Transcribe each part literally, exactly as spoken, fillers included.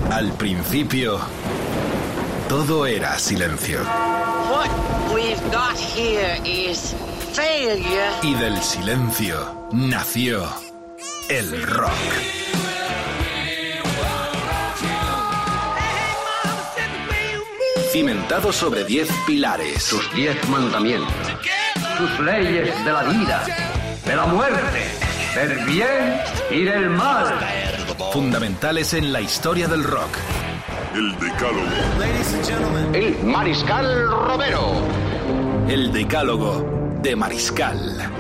Al principio, todo era silencio. What we've got here is failure. Y del silencio nació el rock. Cimentado sobre diez pilares. Sus diez mandamientos. Sus leyes de la vida, de la muerte, del bien y del mal. Fundamentales en la historia del rock. El Decálogo. El Mariscal Romero. El Decálogo de Mariscal.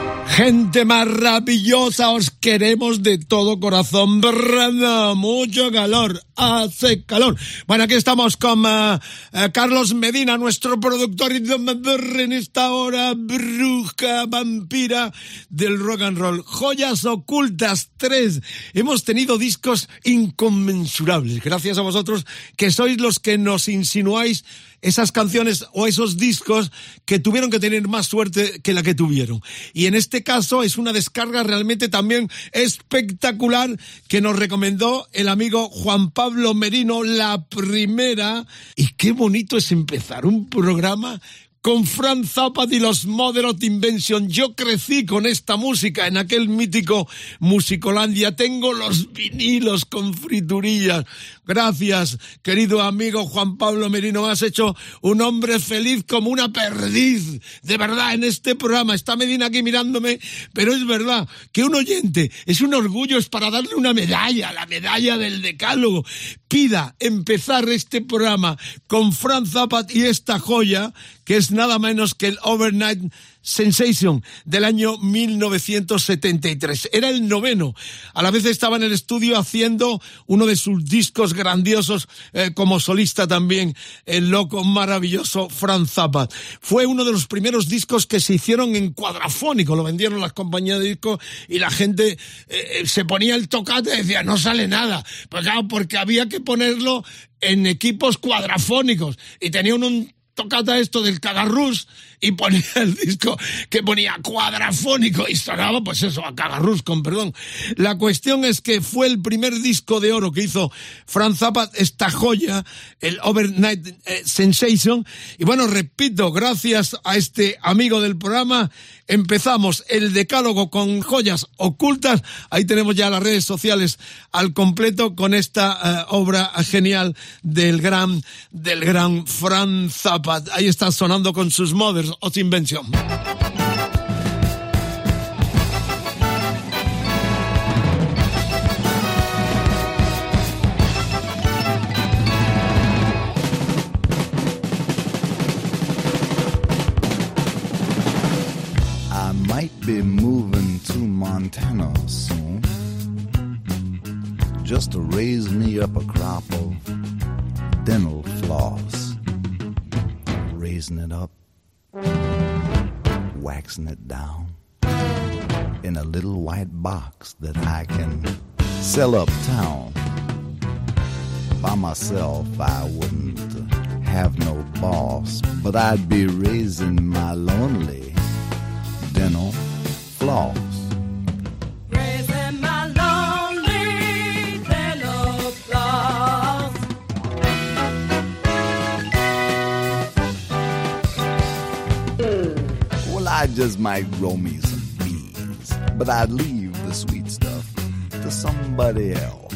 Gente maravillosa, os queremos de todo corazón, ¿verdad? Mucho calor, hace calor. Bueno, aquí estamos con uh, uh, Carlos Medina, nuestro productor y domador en esta hora bruja, vampira del rock and roll. Joyas ocultas, tres. Hemos tenido discos inconmensurables, gracias a vosotros, que sois los que nos insinuáis esas canciones o esos discos que tuvieron que tener más suerte que la que tuvieron. Y en este caso es una descarga realmente también espectacular que nos recomendó el amigo Juan Pablo Merino, la primera. Y qué bonito es empezar un programa con Frank Zappa y los Mother of Invention. Yo crecí con esta música en aquel mítico Musicolandia. Tengo los vinilos con friturillas. Gracias, querido amigo Juan Pablo Merino. Me has hecho un hombre feliz como una perdiz. De verdad, en este programa. Está Medina aquí mirándome, pero es verdad que un oyente es un orgullo, es para darle una medalla, la medalla del Decálogo. Pida empezar este programa con Frank Zappa y esta joya, que es nada menos que el Overnight Sensation del año mil novecientos setenta y tres. Era el noveno. A la vez estaba en el estudio haciendo uno de sus discos grandiosos eh, como solista también, el loco, maravilloso Frank Zappa. Fue uno de los primeros discos que se hicieron en cuadrafónico. Lo vendieron las compañías de discos y la gente eh, se ponía el tocate y decía, no sale nada. Pues claro, porque había que ponerlo en equipos cuadrafónicos y tenía un, un tocata esto del cagarrús y ponía el disco que ponía cuadrafónico y sonaba pues eso, a cagarrús, con perdón. La cuestión es que fue el primer disco de oro que hizo Frank Zappa, esta joya, el Overnight eh, Sensation. Y bueno, repito, gracias a este amigo del programa, empezamos el Decálogo con joyas ocultas. Ahí tenemos ya las redes sociales al completo con esta uh, obra genial del gran, del gran Frank Zappa. Ahí está sonando con sus Mothers of Invention. I might be moving to Montana soon, just to raise me up a crop of dental floss. Raising it up, waxing it down in a little white box that I can sell uptown. By myself, I wouldn't have no boss, but I'd be raising my lonely dental floss. Raising my lonely dental floss. Well, I just might grow me some bees, but I'd leave the sweet stuff to somebody else.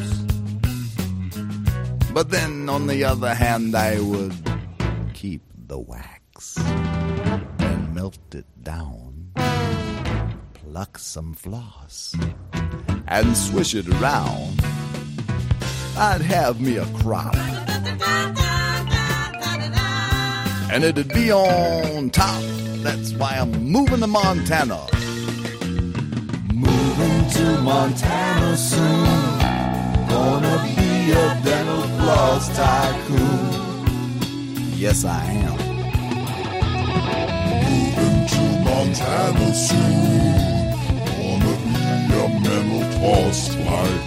But then, on the other hand, I would keep the wax and melt it down, pluck some floss, and swish it around. I'd have me a crop, and it'd be on top. That's why I'm moving to Montana. Moving to Montana soon. Gonna be a dental floss tycoon. Yes, I am. Moving to Montana soon. Gonna be a mental floss tycoon.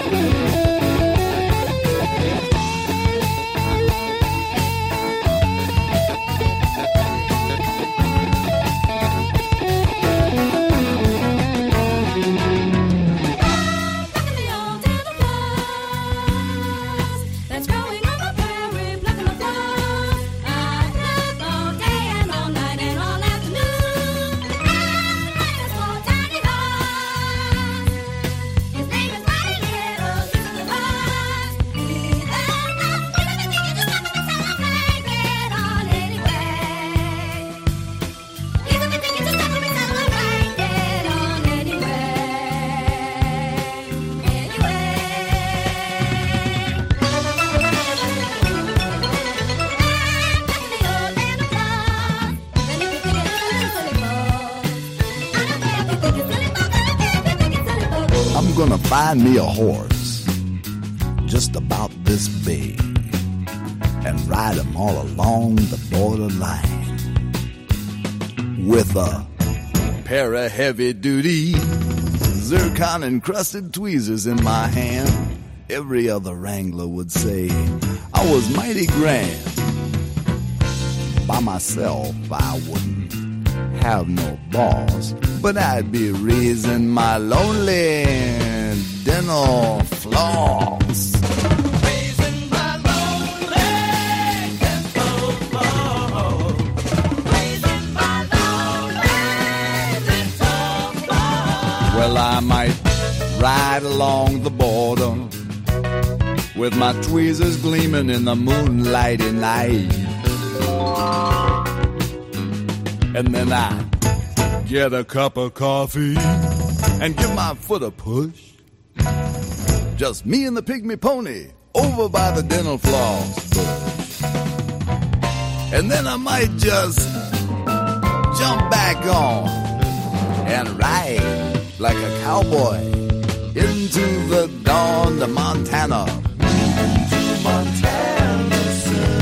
I'm gonna find me a horse just about this big and ride him all along the borderline with a pair of heavy-duty zircon-encrusted tweezers in my hand. Every other wrangler would say I was mighty grand. By myself, I wouldn't have no boss, but I'd be raising my lonely dental floss. Raising my lonely dental floss. Raising my lonely dental floss. Well, I might ride along the border with my tweezers gleaming in the moonlighty night. And then I get a cup of coffee and give my foot a push. Just me and the pygmy pony over by the dental floss bush. And then I might just jump back on and ride like a cowboy into the dawn to Montana. Into Montana, sir.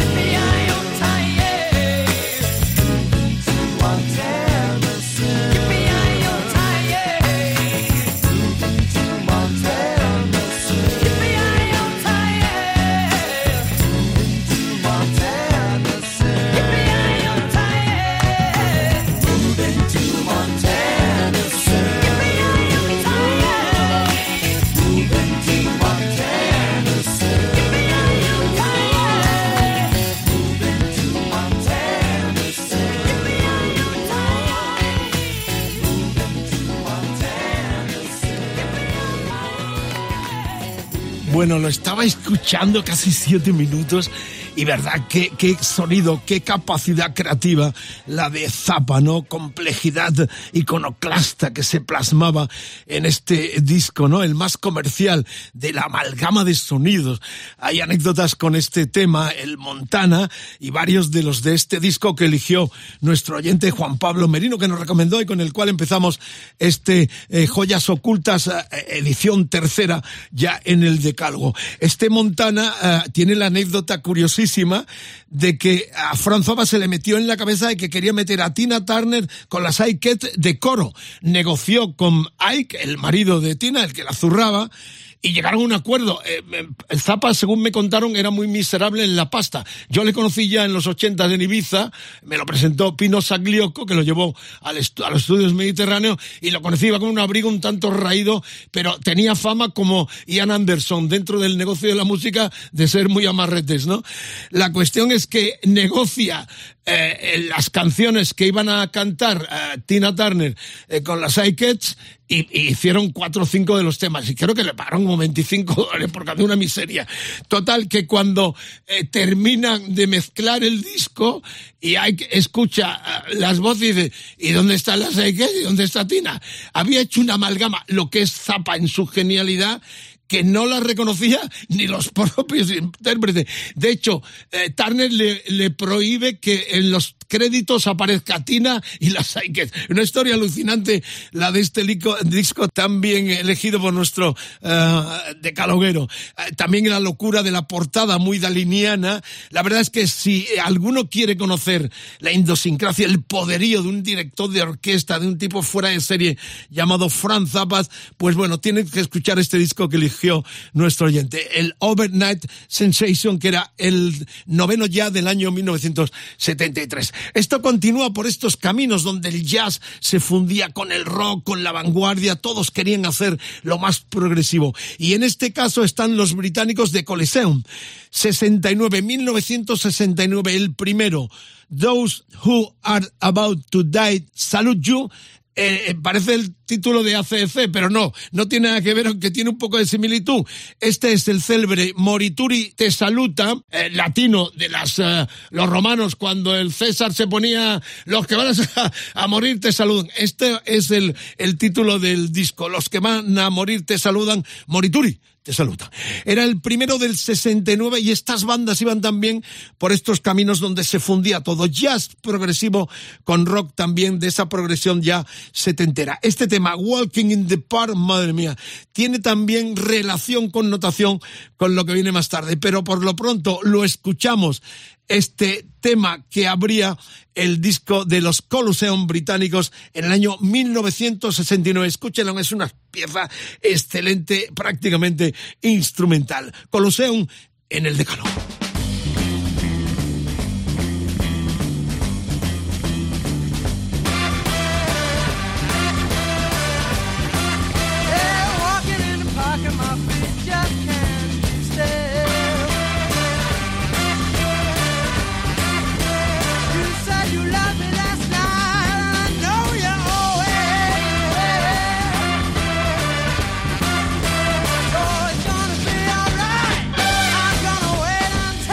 Bueno, lo estaba escuchando casi siete minutos y verdad, qué, qué sonido, qué capacidad creativa la de Zappa, ¿no? Complejidad iconoclasta que se plasmaba en este disco, ¿no? El más comercial de la amalgama de sonidos. Hay anécdotas con este tema, el Montana, y varios de los de este disco que eligió nuestro oyente Juan Pablo Merino, que nos recomendó y con el cual empezamos este eh, Joyas Ocultas, eh, edición tercera, ya en el Decálogo. Este Montana eh, tiene la anécdota curiosísima de que a Franz Zappa se le metió en la cabeza de que quería meter a Tina Turner con las Ike de coro. Negoció con Ike, el marido de Tina, el que la zurraba, y llegaron a un acuerdo. Eh, eh, Zappa, según me contaron, era muy miserable en la pasta. Yo le conocí ya en los ochenta en Ibiza, me lo presentó Pino Sagliocco, que lo llevó al estu- a los estudios mediterráneos, y lo conocí, iba con un abrigo un tanto raído, pero tenía fama como Ian Anderson dentro del negocio de la música de ser muy amarretes, ¿no? La cuestión es que negocia eh, las canciones que iban a cantar eh, Tina Turner eh, con las Ikeets, y, y hicieron cuatro o cinco de los temas, y creo que le pagaron como veinticinco dólares porque había una miseria. Total, que cuando eh, terminan de mezclar el disco y Ike escucha uh, las voces y dice, ¿y dónde están las Ikeets? ¿Y dónde está Tina? Había hecho una amalgama, lo que es Zappa en su genialidad, que no la reconocía ni los propios intérpretes. De hecho, eh, Turner le, le prohíbe que en los créditos aparezca Tina y la Psyche. Una historia alucinante la de este disco, disco tan bien elegido por nuestro uh, decaloguero. Uh, también la locura de la portada muy daliniana. La verdad es que si alguno quiere conocer la idiosincrasia, el poderío de un director de orquesta, de un tipo fuera de serie llamado Franz Zappa, pues bueno, tiene que escuchar este disco que eligió nuestro oyente, el Overnight Sensation, que era el noveno ya del año mil novecientos setenta y tres. Esto continúa por estos caminos donde el jazz se fundía con el rock, con la vanguardia, todos querían hacer lo más progresivo. Y en este caso están los británicos de Coliseum. sesenta y nueve, mil novecientos sesenta y nueve, el primero, Those Who Are About to Die Salute You. Eh, parece el título de A C C, pero no, no tiene nada que ver, aunque tiene un poco de similitud. Este es el célebre Morituri te saluta, eh, latino de las eh, los romanos, cuando el César se ponía, los que van a, a morir te saludan. Este es el, el título del disco, los que van a morir te saludan, Morituri te saluda. Era el primero del sesenta y nueve y estas bandas iban también por estos caminos donde se fundía todo, jazz progresivo con rock también, de esa progresión ya setentera. Este tema, Walking in the Park, madre mía, tiene también relación, connotación con lo que viene más tarde, pero por lo pronto lo escuchamos, este tema que abría el disco de los Coliseum británicos en el año mil novecientos sesenta y nueve. Escúchenlo, es una pieza excelente, prácticamente instrumental. Coliseum en el Decálogo. Until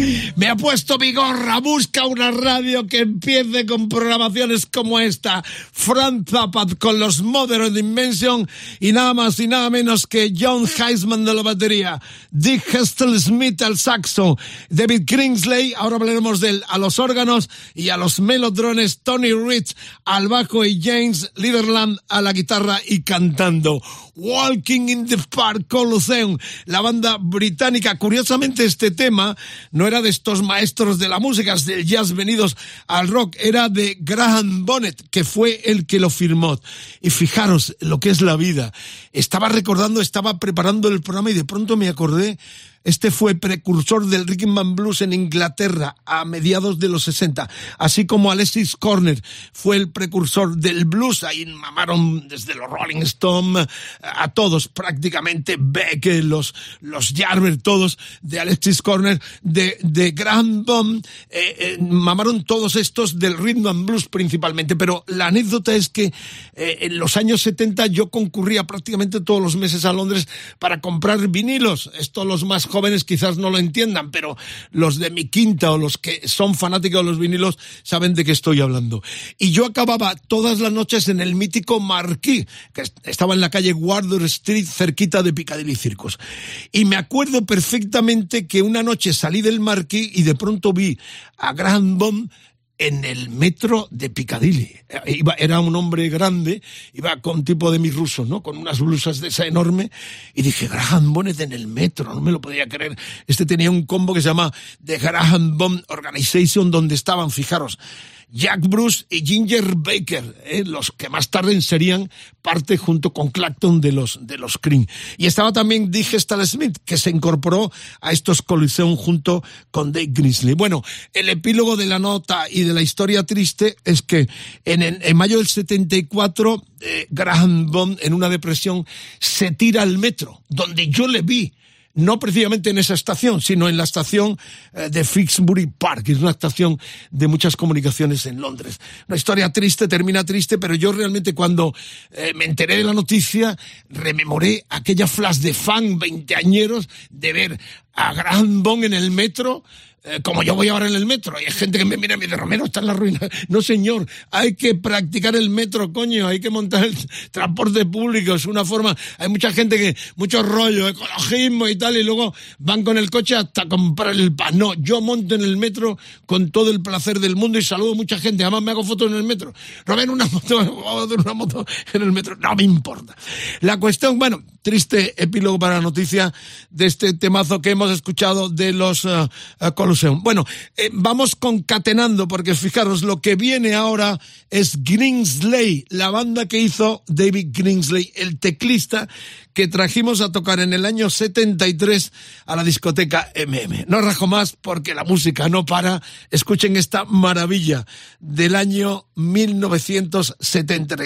Me ha puesto bigorra, busca una radio que empiece con programaciones como esta. Frank Zappa con los Modern Dimension y nada más y nada menos que John Heisman de la batería, Dick Hestel Smith al saxo, David Kingsley, ahora hablaremos de él, a los órganos y a los melodrones, Tony Rich al bajo y James Liderland a la guitarra y cantando. Walking in the Park Coliseum, la banda británica. Curiosamente este tema no era de estos maestros de la música, del jazz venidos al rock, era de Graham Bonnet, que fue el que lo firmó. Y fijaros lo que es la vida. Estaba recordando, estaba preparando el programa y de pronto me acordé. Este fue precursor del rhythm and blues en Inglaterra a mediados de los sesenta, así como Alexis Corner fue el precursor del blues. Ahí mamaron desde los Rolling Stones a todos prácticamente, Beck, los los Jarver, todos de Alexis Corner, de de Graham Bonnet, eh, eh, mamaron todos estos del rhythm and blues principalmente. Pero la anécdota es que eh, en los años setenta yo concurría prácticamente todos los meses a Londres para comprar vinilos. Esto los más jóvenes quizás no lo entiendan, pero los de mi quinta o los que son fanáticos de los vinilos saben de qué estoy hablando. Y yo acababa todas las noches en el mítico Marquis, que estaba en la calle Wardour Street, cerquita de Piccadilly Circus. Y me acuerdo perfectamente que una noche salí del Marquis y de pronto vi a Graham Bonnet en el metro de Piccadilly. Iba, era un hombre grande, iba con tipo de mi ruso, ¿no? Con unas blusas de esa enorme, y dije, Graham Bonnet en el metro, no me lo podía creer. Este tenía un combo que se llama The Graham Bonnet Organization, donde estaban, fijaros, Jack Bruce y Ginger Baker, ¿eh? Los que más tarde serían parte junto con Clapton de los de los Cream. Y estaba también Dick Hestel Smith, que se incorporó a estos Coliseum junto con Dave Kingsley. Bueno, el epílogo de la nota y de la historia triste es que en, en, en mayo del setenta y cuatro, eh, Graham Bonnet, en una depresión, se tira al metro, donde yo le vi. No precisamente en esa estación, sino en la estación eh, de Finsbury Park, que es una estación de muchas comunicaciones en Londres. Una historia triste, termina triste, pero yo realmente cuando eh, me enteré de la noticia, rememoré aquella flash de fan veinteañeros de ver a Graham Bonnet en el metro, eh, como yo voy ahora en el metro, y hay gente que me mira y me dice, Romero, está en la ruina. No, señor, hay que practicar el metro, coño, hay que montar el transporte público, es una forma. Hay mucha gente que, mucho rollo, ecologismo y tal, y luego van con el coche hasta comprar el pan. No, yo monto en el metro con todo el placer del mundo y saludo a mucha gente, además me hago fotos en el metro. Romero, una moto, vamos a hacer una moto en el metro, no me importa. La cuestión, bueno, triste epílogo para la noticia de este temazo que hemos escuchado de los uh, uh, Coliseum. Bueno, eh, vamos concatenando, porque fijaros, lo que viene ahora es Kingsley, la banda que hizo David Kingsley, el teclista que trajimos a tocar en el año setenta y tres a la discoteca eme eme. No rajo más porque la música no para. Escuchen esta maravilla del año mil novecientos setenta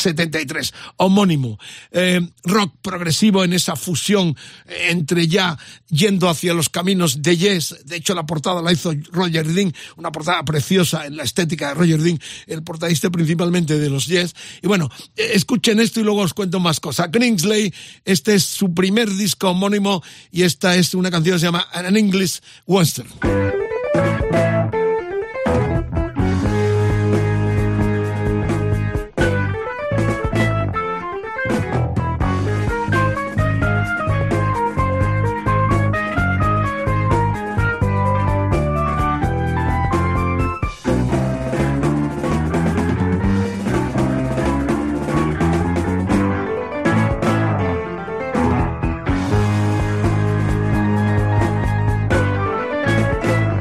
y tres, homónimo. Eh, rock progresivo en esa fusión entre ya yendo hacia los caminos de Yes. De hecho, la portada la hizo Roger Dean, una portada preciosa en la estética de Roger Dean, el portadista principalmente de los Yes. Y bueno, escuchen esto y luego os cuento más cosas. Kingsley, este es su primer disco homónimo y esta es una canción que se llama An English Western. Thank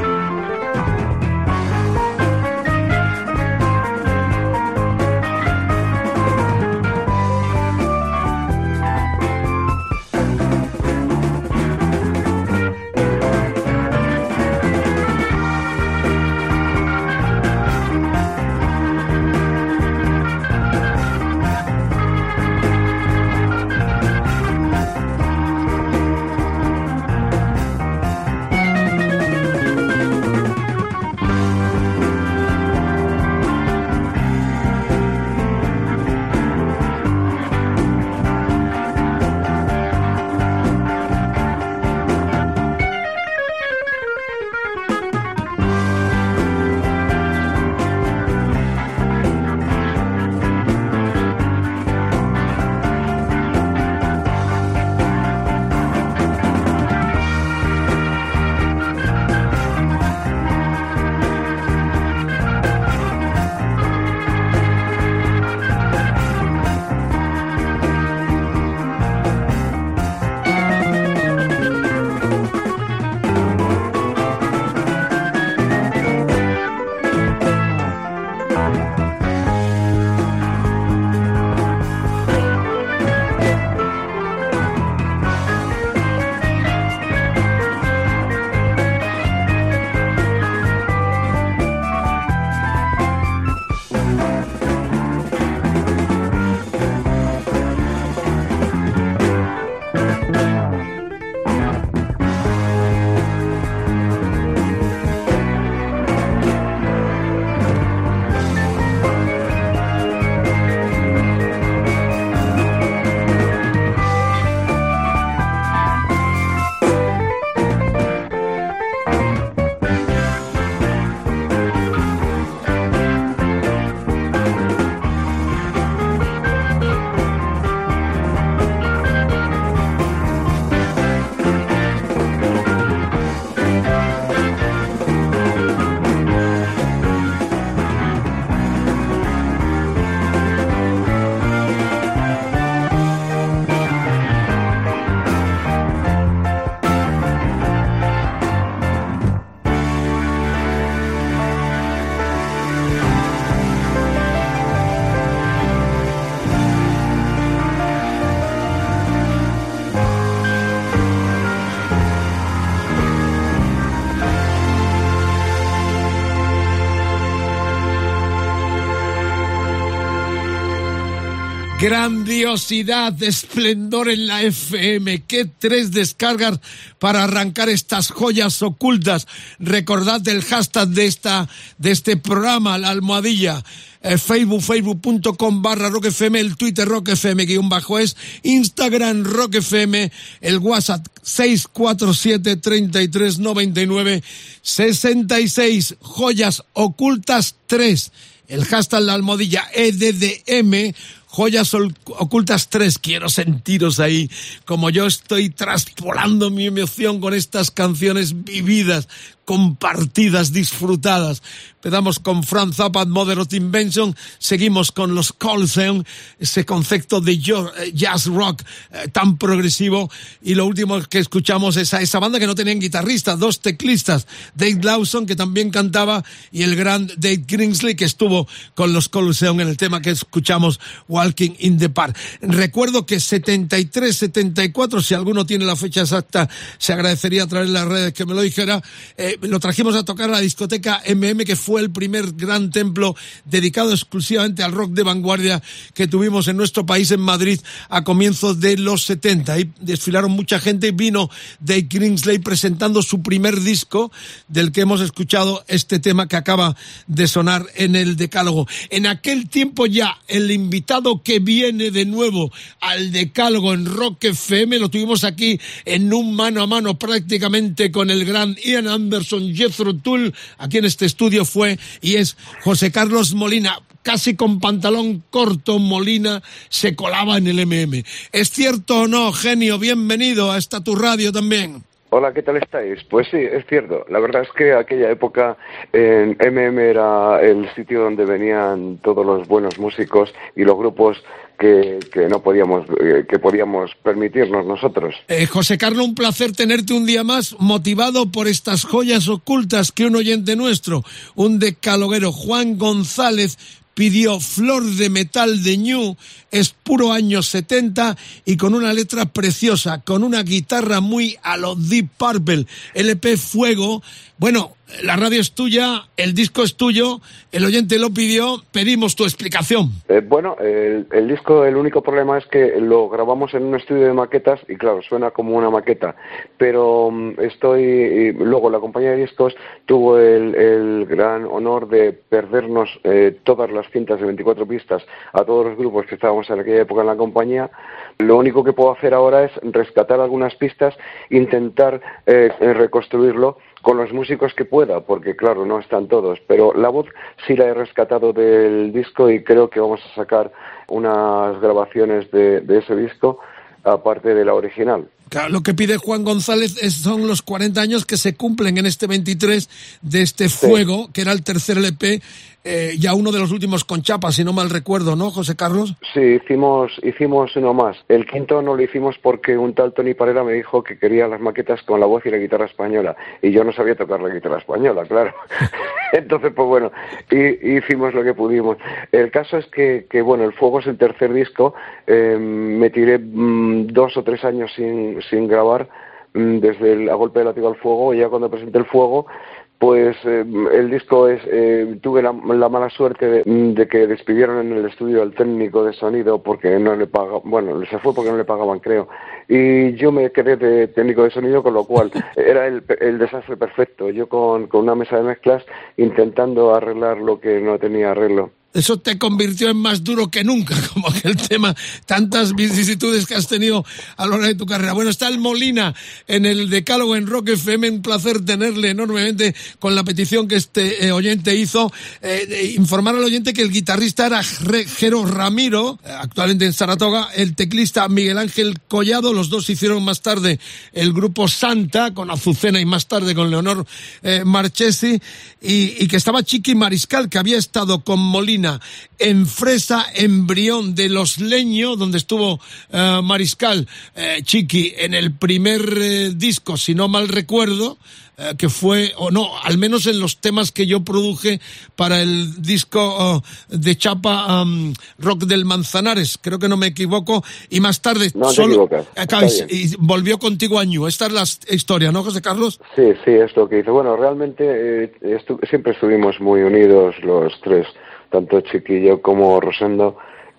Grandiosidad, esplendor en la F M. Qué tres descargas para arrancar estas joyas ocultas. Recordad el hashtag de esta de este programa, la almohadilla. Eh, Facebook, facebook.com barra Rock F M, el Twitter Rock F M guión bajo es, Instagram Rock F M, el WhatsApp seis cuatro siete, treinta y tres, noventa y nueve, sesenta y seis, joyas ocultas tres, el hashtag la almohadilla E D D M, Joyas Ocultas tres. Quiero sentiros ahí, como yo estoy traspolando mi emoción con estas canciones vividas, compartidas, disfrutadas. Empezamos con Frank Zappa, Mother of Invention, seguimos con los Coltrane, ese concepto de jazz rock eh, tan progresivo, y lo último que escuchamos es a esa banda que no tenían guitarrista, dos teclistas, Dave Lawson, que también cantaba, y el gran Dave Greensley, que estuvo con los Coltrane en el tema que escuchamos, Walking in the Park. Recuerdo que setenta y tres, setenta y cuatro, si alguno tiene la fecha exacta, se agradecería a través de las redes que me lo dijera, eh, lo trajimos a tocar a la discoteca M M, que fue el primer gran templo dedicado exclusivamente al rock de vanguardia que tuvimos en nuestro país, en Madrid, a comienzos de los setenta. Ahí desfilaron mucha gente y vino Dave Greensley presentando su primer disco, del que hemos escuchado este tema que acaba de sonar en el Decálogo. En aquel tiempo ya, el invitado que viene de nuevo al Decálogo en Rock F M, lo tuvimos aquí en un mano a mano prácticamente con el gran Ian Anderson, Jethro Tull, aquí en este estudio fue y es José Carlos Molina. Casi con pantalón corto, Molina se colaba en el M M. ¿Es cierto o no, genio? Bienvenido a esta tu radio también. Hola, ¿qué tal estáis? Pues sí, es cierto. La verdad es que aquella época en M M era el sitio donde venían todos los buenos músicos y los grupos que, que no podíamos, eh, que podíamos permitirnos nosotros. Eh, José Carlos, un placer tenerte un día más, motivado por estas joyas ocultas que un oyente nuestro, un decaloguero, Juan González, pidió Flor de Metal de Ñu, es puro años setenta y con una letra preciosa, con una guitarra muy a lo Deep Purple, L P Fuego. Bueno, la radio es tuya, el disco es tuyo, el oyente lo pidió, pedimos tu explicación. Eh, bueno, el, el disco, el único problema es que lo grabamos en un estudio de maquetas y claro, suena como una maqueta, pero um, estoy, y luego la compañía de discos tuvo el, el gran honor de perdernos eh, todas las cintas de veinticuatro pistas a todos los grupos que estábamos en aquella época en la compañía. Lo único que puedo hacer ahora es rescatar algunas pistas, intentar eh, reconstruirlo con los músicos que pueda, porque claro, no están todos, pero la voz sí la he rescatado del disco y creo que vamos a sacar unas grabaciones de, de ese disco aparte de la original. Claro, lo que pide Juan González es, son los cuarenta años que se cumplen en este veintitrés de este Fuego, sí, que era el tercer L P, eh, ya uno de los últimos con chapa, si no mal recuerdo, ¿no, José Carlos? Sí, hicimos hicimos uno más. El quinto no lo hicimos porque un tal Tony Parera me dijo que quería las maquetas con la voz y la guitarra española, y yo no sabía tocar la guitarra española, claro. Entonces, pues bueno, y, hicimos lo que pudimos. El caso es que, que bueno, el Fuego es el tercer disco, eh, me tiré mmm, dos o tres años sin sin grabar desde el A Golpe de Látigo al Fuego, y ya cuando presenté el Fuego, pues eh, el disco es, eh, tuve la, la mala suerte de, de que despidieron en el estudio al técnico de sonido porque no le pagaban, bueno, se fue porque no le pagaban, creo, y yo me quedé de técnico de sonido, con lo cual era el, el desastre perfecto, yo con, con una mesa de mezclas intentando arreglar lo que no tenía arreglo. Eso te convirtió en más duro que nunca, como aquel tema, tantas vicisitudes que has tenido a lo largo de tu carrera. Bueno, está el Molina en el Decálogo en Rock F M, un placer tenerle enormemente con la petición que este eh, oyente hizo. Eh, de informar al oyente que el guitarrista era Jero Ramiro, eh, actualmente en Saratoga, el teclista Miguel Ángel Collado, los dos hicieron más tarde el grupo Santa, con Azucena y más tarde con Leonor eh, Marchesi, y, y que estaba Chiqui Mariscal, que había estado con Molina en Fresa, embrión de Los Leño, donde estuvo uh, Mariscal, eh, Chiqui, en el primer eh, disco, si no mal recuerdo, eh, que fue, o no, al menos en los temas que yo produje para el disco uh, de chapa um, Rock del Manzanares, creo que no me equivoco, y más tarde no solo te acá, y, y volvió contigo a Ñu. Esta es la historia, ¿no, José Carlos? Sí, sí, es lo que hizo. Bueno, realmente eh, estu- siempre estuvimos muy unidos los tres, tanto Chiquillo como Rosendo,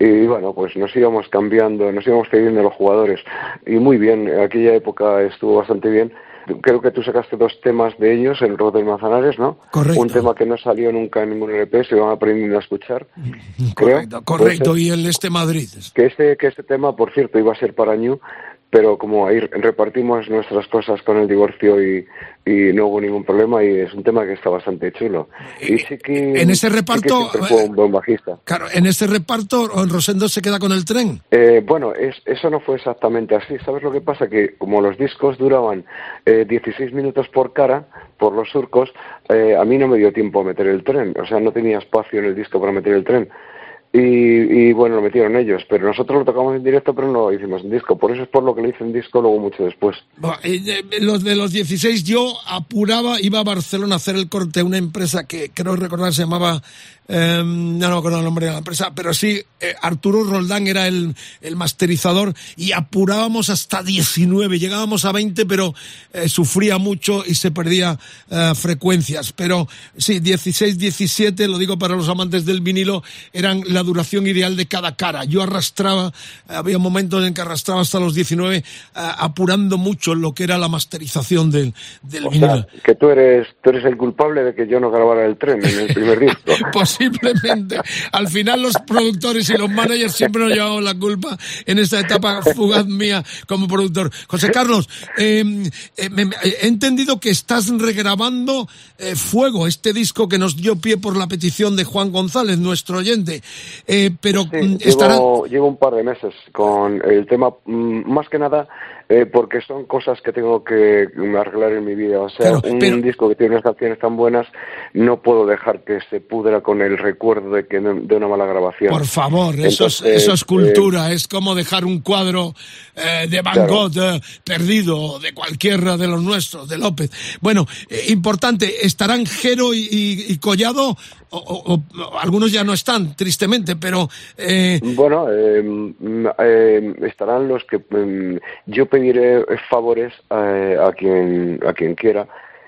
Y bueno, pues nos íbamos cambiando, nos íbamos cediendo los jugadores. Y muy bien, en aquella época estuvo bastante bien. Creo que tú sacaste dos temas de ellos, el Rock del Manzanares, ¿no? Correcto. Un tema que no salió nunca en ningún L P, se van aprendiendo a escuchar. Correcto, creo. correcto. Puede Y ser. el Este Madrid. Que este, que este tema, por cierto, iba a ser para Ñu, pero como ahí repartimos nuestras cosas con el divorcio y, y no hubo ningún problema, y es un tema que está bastante chulo. Y sí que, En ese sí que reparto, siempre fue un buen bajista. Claro, en ese reparto, Rosendo se queda con el tren. Eh, bueno, es, eso no fue exactamente así. ¿Sabes lo que pasa? Que como los discos duraban eh, dieciséis minutos por cara, por los surcos, eh, a mí no me dio tiempo a meter el tren. O sea, no tenía espacio en el disco para meter el tren. Y, y bueno, lo metieron ellos, pero nosotros lo tocamos en directo, pero no lo hicimos en disco. Por eso es por lo que lo hice en disco luego mucho después. Bueno, eh, eh, los de los dieciséis yo apuraba, iba a Barcelona a hacer el corte a una empresa que creo recordar se llamaba, eh, no me acuerdo el nombre de la empresa, pero sí, eh, Arturo Roldán era el, el masterizador y apurábamos hasta diecinueve, llegábamos a veinte, pero eh, sufría mucho y se perdía eh, frecuencias. Pero sí, dieciséis, diecisiete, lo digo para los amantes del vinilo, eran la duración ideal de cada cara. Yo arrastraba, había momentos en que arrastraba hasta los diecinueve, eh, apurando mucho lo que era la masterización del, del O vinilo. sea, que tú eres, tú eres el culpable de que yo no grabara el tren en el primer disco. Posiblemente. Al final los productores y los managers siempre nos llevamos la culpa en esta etapa fugaz mía como productor. José Carlos, eh, eh, me, me, he entendido que estás regrabando eh, Fuego, este disco que nos dio pie por la petición de Juan González, nuestro oyente. Eh, pero Sí, estará... llevo, llevo un par de meses con el tema, mm, más que nada eh, porque son cosas que tengo que arreglar en mi vida. O sea, Claro, un pero- disco que tiene unas canciones tan buenas, no puedo dejar que se pudra con el recuerdo de que de una mala grabación. Por favor, eso, es, Entonces, eso es eh, cultura, es como dejar un cuadro eh, de Van Claro. Gogh eh, perdido, o de cualquiera de los nuestros, de López. Bueno, eh, importante, ¿estarán Jero y, y, y Collado? O, o- o- algunos ya no están, tristemente, pero... Eh, Bueno, eh, mm, eh, estarán los que mm, yo pediré favores eh, a quien a quien quiera.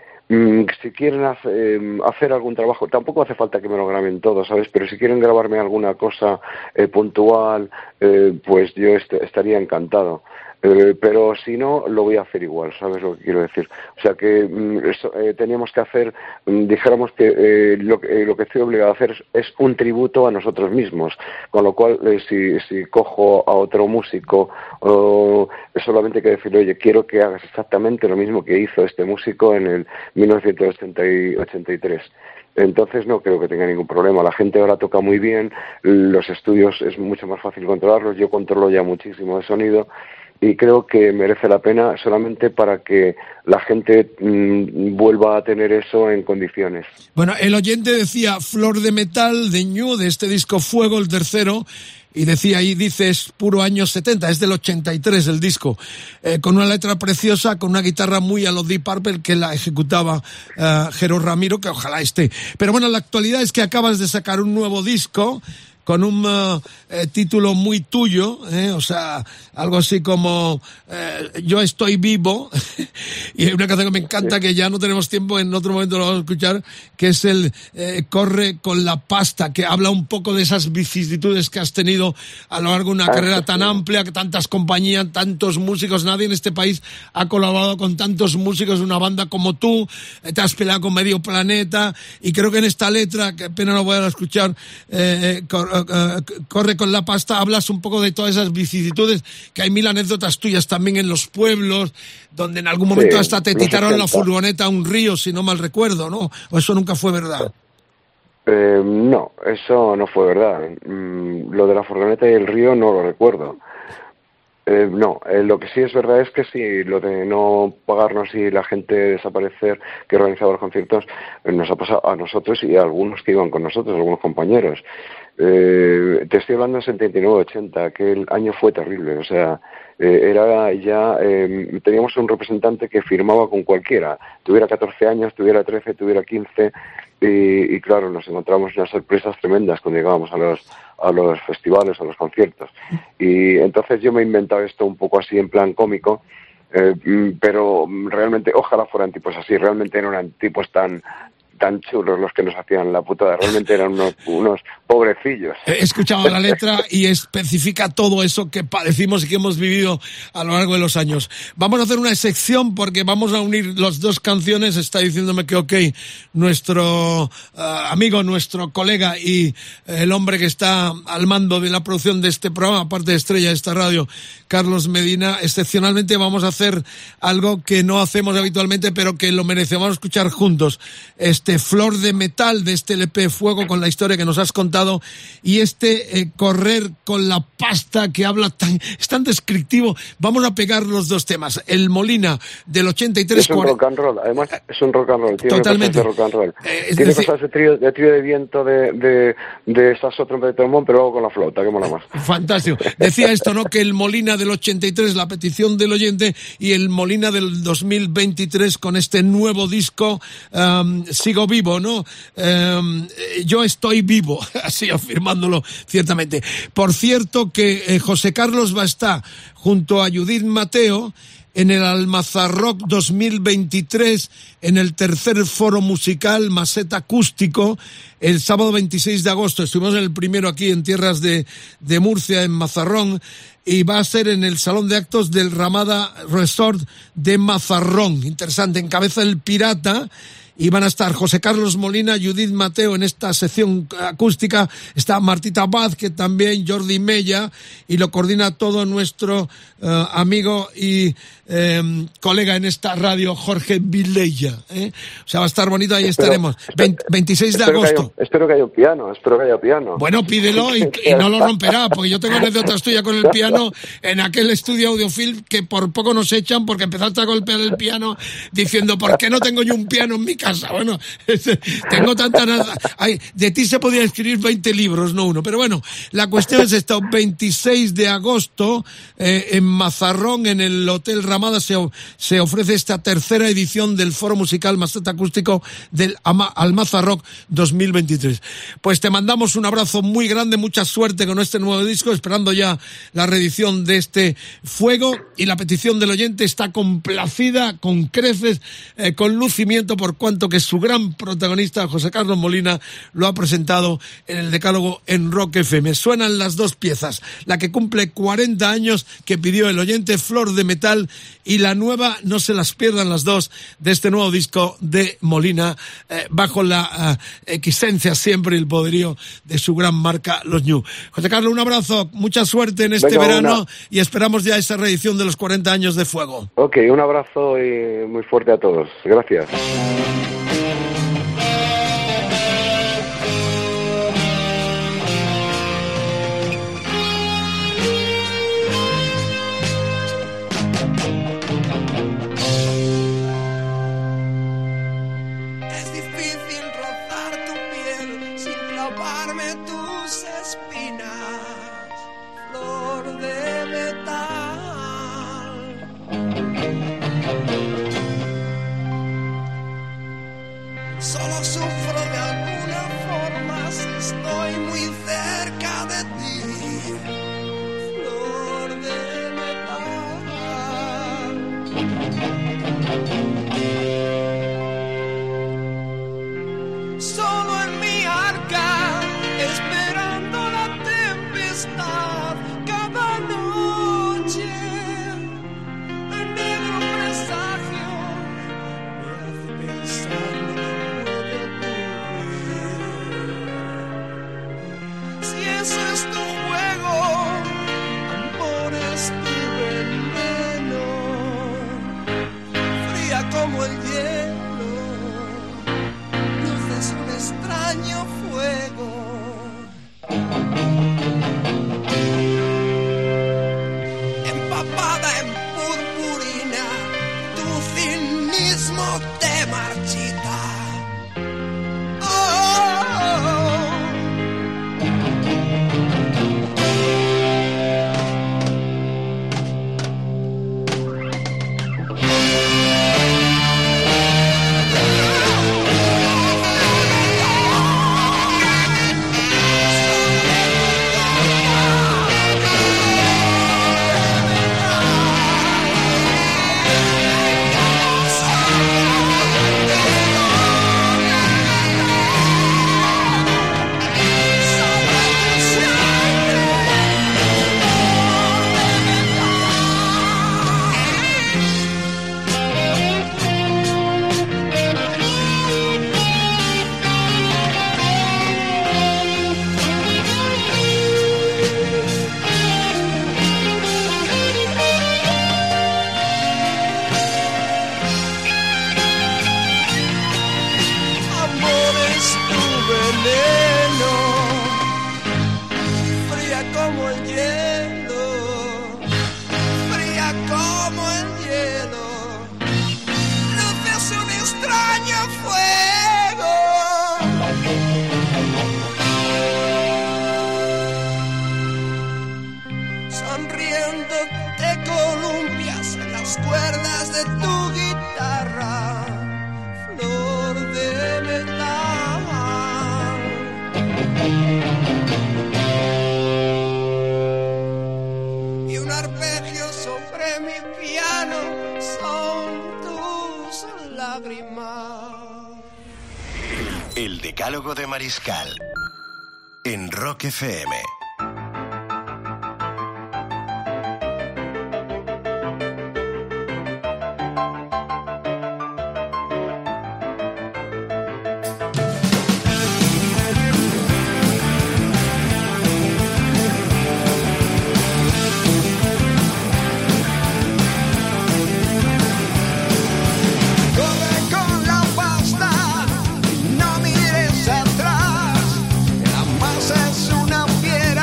Mm, Si quieren hace- eh, hacer algún trabajo, tampoco hace falta que me lo graben todo, ¿sabes? Pero si quieren grabarme alguna cosa eh, puntual, eh, pues yo est- estaría encantado. Eh, pero si no, lo voy a hacer igual, ¿sabes lo que quiero decir? O sea que mm, eso, eh, teníamos que hacer, mm, dijéramos que eh, lo, que- eh, lo que estoy obligado a hacer es, es un tributo a nosotros mismos, con lo cual eh, si, si cojo a otro músico, o solamente hay que decirle, oye, quiero que hagas exactamente lo mismo que hizo este músico en el mil novecientos ochenta y tres. Entonces no creo que tenga ningún problema. La gente ahora toca muy bien, los estudios es mucho más fácil controlarlos, yo controlo ya muchísimo de sonido y creo que merece la pena solamente para que la gente mmm, vuelva a tener eso en condiciones. Bueno, el oyente decía Flor de Metal de Ñu, de este disco Fuego, el tercero, y decía ahí, dice, es puro años setenta, es del ochenta y tres el disco, eh, con una letra preciosa, con una guitarra muy a lo Deep Purple que la ejecutaba uh, Jero Ramiro, que ojalá esté. Pero bueno, la actualidad es que acabas de sacar un nuevo disco con un uh, eh, título muy tuyo, eh, o sea, algo así como eh, Yo estoy vivo, y hay una canción que me encanta, que ya no tenemos tiempo, en otro momento lo vamos a escuchar, que es el eh, Corre con la pasta, que habla un poco de esas vicisitudes que has tenido a lo largo de una Ah, carrera sí, tan sí. amplia, que tantas compañías, tantos músicos, nadie en este país ha colaborado con tantos músicos de una banda como tú, eh, te has peleado con Medio Planeta, y creo que en esta letra, que pena no voy a escuchar, eh, eh, cor- eh, Corre con la pasta, hablas un poco de todas esas vicisitudes, que hay mil anécdotas tuyas también en los pueblos, donde en algún momento Sí, hasta te los tiraron la ochenta. furgoneta a un río, si no mal recuerdo, ¿no? O eso nunca fue verdad. Eh, no, eso no fue verdad. Mm, lo de la furgoneta y el río no lo recuerdo. Eh, no, eh, lo que sí es verdad es que sí, lo de no pagarnos y la gente desaparecer que organizaba los conciertos eh, nos ha pasado a nosotros y a algunos que iban con nosotros, algunos compañeros. Eh, te estoy hablando de setenta y nueve ochenta, aquel año fue terrible, o sea, eh, era ya, eh, teníamos un representante que firmaba con cualquiera, tuviera catorce años, tuviera trece, tuviera quince, y, y claro, nos encontramos unas sorpresas tremendas cuando llegábamos a los a los festivales, a los conciertos. Y entonces yo me he inventado esto un poco así en plan cómico, eh, mm, pero realmente ojalá fueran tipos así, realmente no eran tipos tan tan chulos los que nos hacían la putada, realmente eran unos, unos pobrecillos. He escuchado la letra y especifica todo eso que padecimos y que hemos vivido a lo largo de los años. Vamos a hacer una sección porque vamos a unir las dos canciones. Está diciéndome que ok, nuestro uh, amigo, nuestro colega y el hombre que está al mando de la producción de este programa, aparte de estrella de esta radio, Carlos Medina, excepcionalmente vamos a hacer algo que no hacemos habitualmente, pero que lo merece. Vamos a escuchar juntos este Flor de Metal de este L P Fuego, con la historia que nos has contado, y este eh, Correr con la pasta, que habla tan, es tan descriptivo. Vamos a pegar los dos temas. El Molina del ochenta y tres. Es un cuarenta rock and roll, además es un rock and roll. Tiene Totalmente. cosas de rock and roll. Eh, es Tiene decir, cosas de trío de, trío de viento, de, de, de saxo, trompeta y trombón, pero luego con la flauta, que mola más. Fantástico. Decía esto, ¿no? Que el Molina del ochenta y tres, la petición del oyente, y el Molina del dos mil veintitrés con este nuevo disco, um, Sigo Vivo, ¿no? Um, yo estoy vivo, así afirmándolo ciertamente. Por cierto que eh, José Carlos va a estar junto a Judith Mateo en el Almazarrock dos mil veintitrés, en el tercer foro musical Maseta Acústico, el sábado veintiséis de agosto. Estuvimos en el primero aquí en tierras de, de Murcia, en Mazarrón, y va a ser en el Salón de Actos del Ramada Resort de Mazarrón. Interesante, encabeza el Pirata. Y van a estar José Carlos Molina, Judith Mateo en esta sección acústica, está Martita Vázquez también, Jordi Mella, y lo coordina todo nuestro uh, amigo y eh, colega en esta radio, Jorge Vilella, ¿eh? O sea, va a estar bonito, ahí espero, estaremos. veinte, veintiséis de espero agosto. Que haya, espero que haya un piano, espero que haya piano. Bueno, pídelo y, y no lo romperá, porque yo tengo anécdotas tuyas con el piano en aquel estudio Audiofil que por poco nos echan porque empezaste a golpear el piano diciendo, ¿por qué no tengo yo un piano en mi casa? Bueno, tengo tanta nada. Ay, de ti se podían escribir veinte libros, no uno. Pero bueno, la cuestión es esta: veintiséis de agosto, eh, en Mazarrón, en el Hotel Ramada, se, se ofrece esta tercera edición del Foro Musical Maseta Acústico del Ama, Almazarrock dos mil veintitrés. Pues te mandamos un abrazo muy grande, mucha suerte con este nuevo disco, esperando ya la reedición de este Fuego, y la petición del oyente está complacida con creces, eh, con lucimiento, por cuanto que su gran protagonista, José Carlos Molina, lo ha presentado en el Decálogo en Rock F M. Suenan las dos piezas, la que cumple cuarenta años, que pidió el oyente, Flor de Metal, y la nueva, no se las pierdan las dos, de este nuevo disco de Molina, eh, bajo la uh, existencia siempre y el poderío de su gran marca, Los Ñu. José Carlos, un abrazo, mucha suerte en este Venga, verano, una... y esperamos ya esa reedición de los cuarenta años de Fuego. Ok, un abrazo y muy fuerte a todos. Gracias. Es difícil rozar tu piel sin clavarme tus espinas, flor de metal. Solo sufro de alguna forma si estoy muy cerca de ti, flor de metal. Solo en mi arca, esperando la tempestad, cada noche el negro presagio me hace pensar lo que puede ocurrir. Si ese es tu juego, amor, es tu veneno, fría como el hielo, luces un extraño fuego. Empapada en purpurina, tu cinismo te marchita. Oh, oh, oh. como el hielo, fría como el hielo, luces un extraño fuego. Sonriendo te columpias en las cuerdas de tu guitarra, flor de metal. Y un arpegio sobre mi piano son tus lágrimas. El Decálogo de Mariscal en Rock F M. No mires atrás, la masa es una fiera.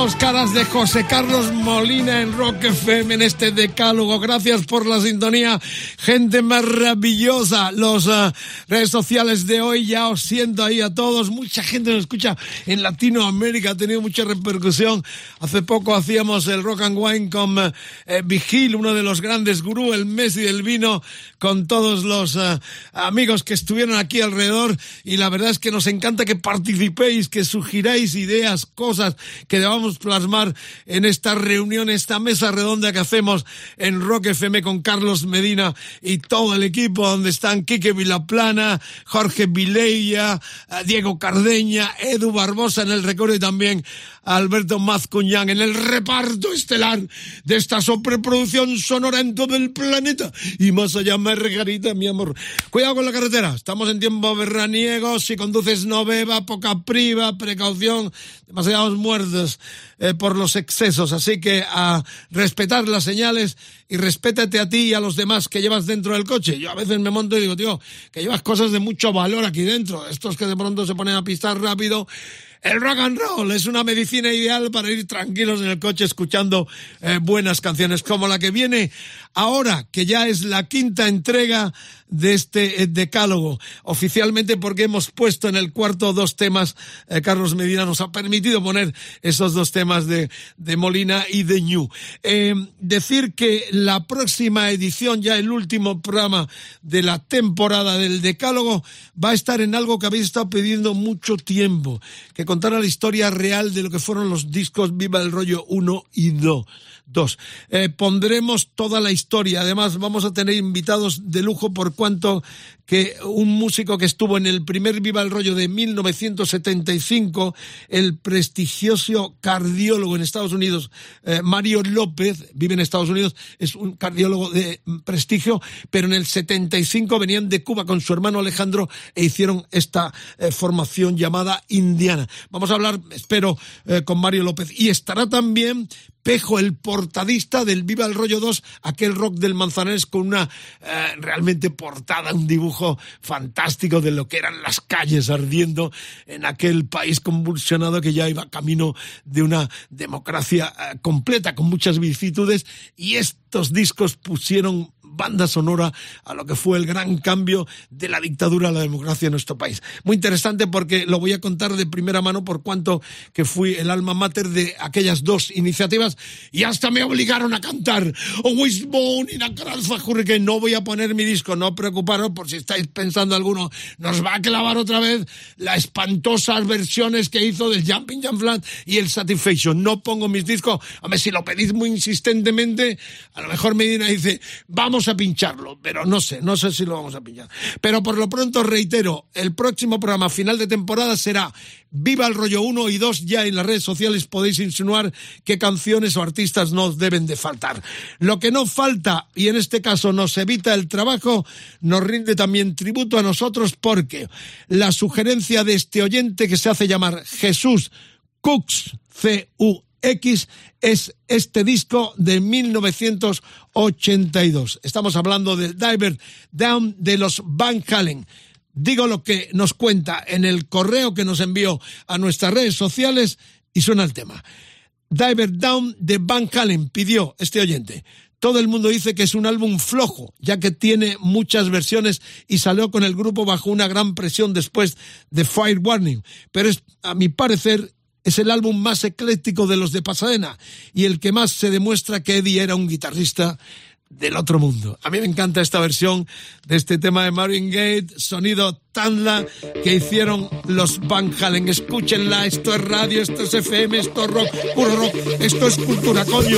dos caras de José Carlos Molina en Rock F M en este decálogo. Gracias por la sintonía, gente maravillosa. Los uh, redes sociales de hoy ya os siento ahí a todos. Mucha gente nos escucha en Latinoamérica, ha tenido mucha repercusión. Hace poco hacíamos el Rock and Wine con uh, eh, Vigil, uno de los grandes gurú, el Messi del vino, con todos los uh, amigos que estuvieron aquí alrededor, y la verdad es que nos encanta que participéis, que sugiráis ideas, cosas que debamos plasmar en esta reunión, esta mesa redonda que hacemos en Rock F M con Carlos Medina y todo el equipo, donde están Quique Vilaplana, Jorge Vilella, Diego Cardeña, Edu Barbosa en el recuerdo y también Alberto Mazcuñán en el reparto estelar de esta sobreproducción sonora en todo el planeta y más allá. Margarita, mi amor, cuidado con la carretera, estamos en tiempo veraniego. Si conduces no beba, poca priva, precaución, demasiados muertos eh, por los excesos, así que a respetar las señales y respétate a ti y a los demás que llevas dentro del coche. Yo a veces me monto y digo, tío, que llevas cosas de mucho valor aquí dentro, estos que de pronto se ponen a pisar rápido. El rock and roll es una medicina ideal para ir tranquilos en el coche escuchando eh, buenas canciones, como la que viene ahora, que ya es la quinta entrega de este eh, decálogo, oficialmente, porque hemos puesto en el cuarto dos temas. eh, Carlos Medina nos ha permitido poner esos dos temas de, de Molina y de Ñu. Eh, decir que la próxima edición, ya el último programa de la temporada del decálogo, va a estar en algo que habéis estado pidiendo mucho tiempo, que contara la historia real de lo que fueron los discos Viva el Rollo uno y dos. Dos. Eh, pondremos toda la historia. Además, vamos a tener invitados de lujo, por cuanto que un músico que estuvo en el primer Viva el Rollo de mil novecientos setenta y cinco, el prestigioso cardiólogo en Estados Unidos, eh, Mario López, vive en Estados Unidos, es un cardiólogo de prestigio, pero en el setenta y cinco venían de Cuba con su hermano Alejandro e hicieron esta eh, formación llamada Indiana. Vamos a hablar, espero, eh, con Mario López. Y estará también Pejo, el portadista del Viva el Rollo dos, aquel rock del Manzanares con una eh, realmente portada, un dibujo fantástico de lo que eran las calles ardiendo en aquel país convulsionado que ya iba camino de una democracia eh, completa, con muchas vicisitudes, y estos discos pusieron banda sonora a lo que fue el gran cambio de la dictadura a la democracia en nuestro país. Muy interesante, porque lo voy a contar de primera mano, por cuanto que fui el alma mater de aquellas dos iniciativas, y hasta me obligaron a cantar Wishbone y Nakaralfajurri, que no voy a poner mi disco, no preocuparos, por si estáis pensando alguno, nos va a clavar otra vez las espantosas versiones que hizo del Jumping Jam Flat y el Satisfaction. No pongo mis discos. Hombre, si lo pedís muy insistentemente, a lo mejor Medina dice, vamos a pincharlo, pero no sé, no sé si lo vamos a pinchar. Pero por lo pronto, reitero, el próximo programa final de temporada será Viva el Rollo uno y dos. Ya en las redes sociales podéis insinuar qué canciones o artistas nos deben de faltar. Lo que no falta, y en este caso nos evita el trabajo, nos rinde también tributo a nosotros, porque la sugerencia de este oyente, que se hace llamar Jesús Cux, C U X, es este disco de mil novecientos ochenta y dos. Estamos hablando del Diver Down de los Van Halen. Digo lo que nos cuenta en el correo que nos envió a nuestras redes sociales y suena el tema. Diver Down de Van Halen, pidió este oyente. Todo el mundo dice que es un álbum flojo, ya que tiene muchas versiones y salió con el grupo bajo una gran presión después de Fire Warning, pero es, a mi parecer, es el álbum más ecléctico de los de Pasadena y el que más se demuestra que Eddie era un guitarrista del otro mundo. A mí me encanta esta versión de este tema de Marvin Gaye, sonido Tanla, que hicieron los Van Halen. Escúchenla, esto es radio, esto es F M, esto es rock, puro rock, esto es cultura, coño.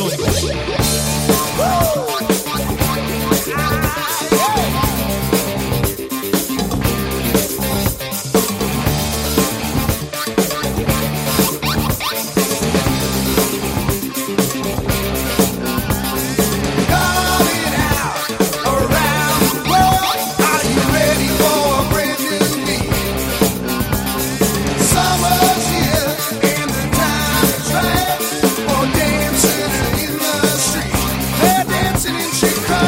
Chicago.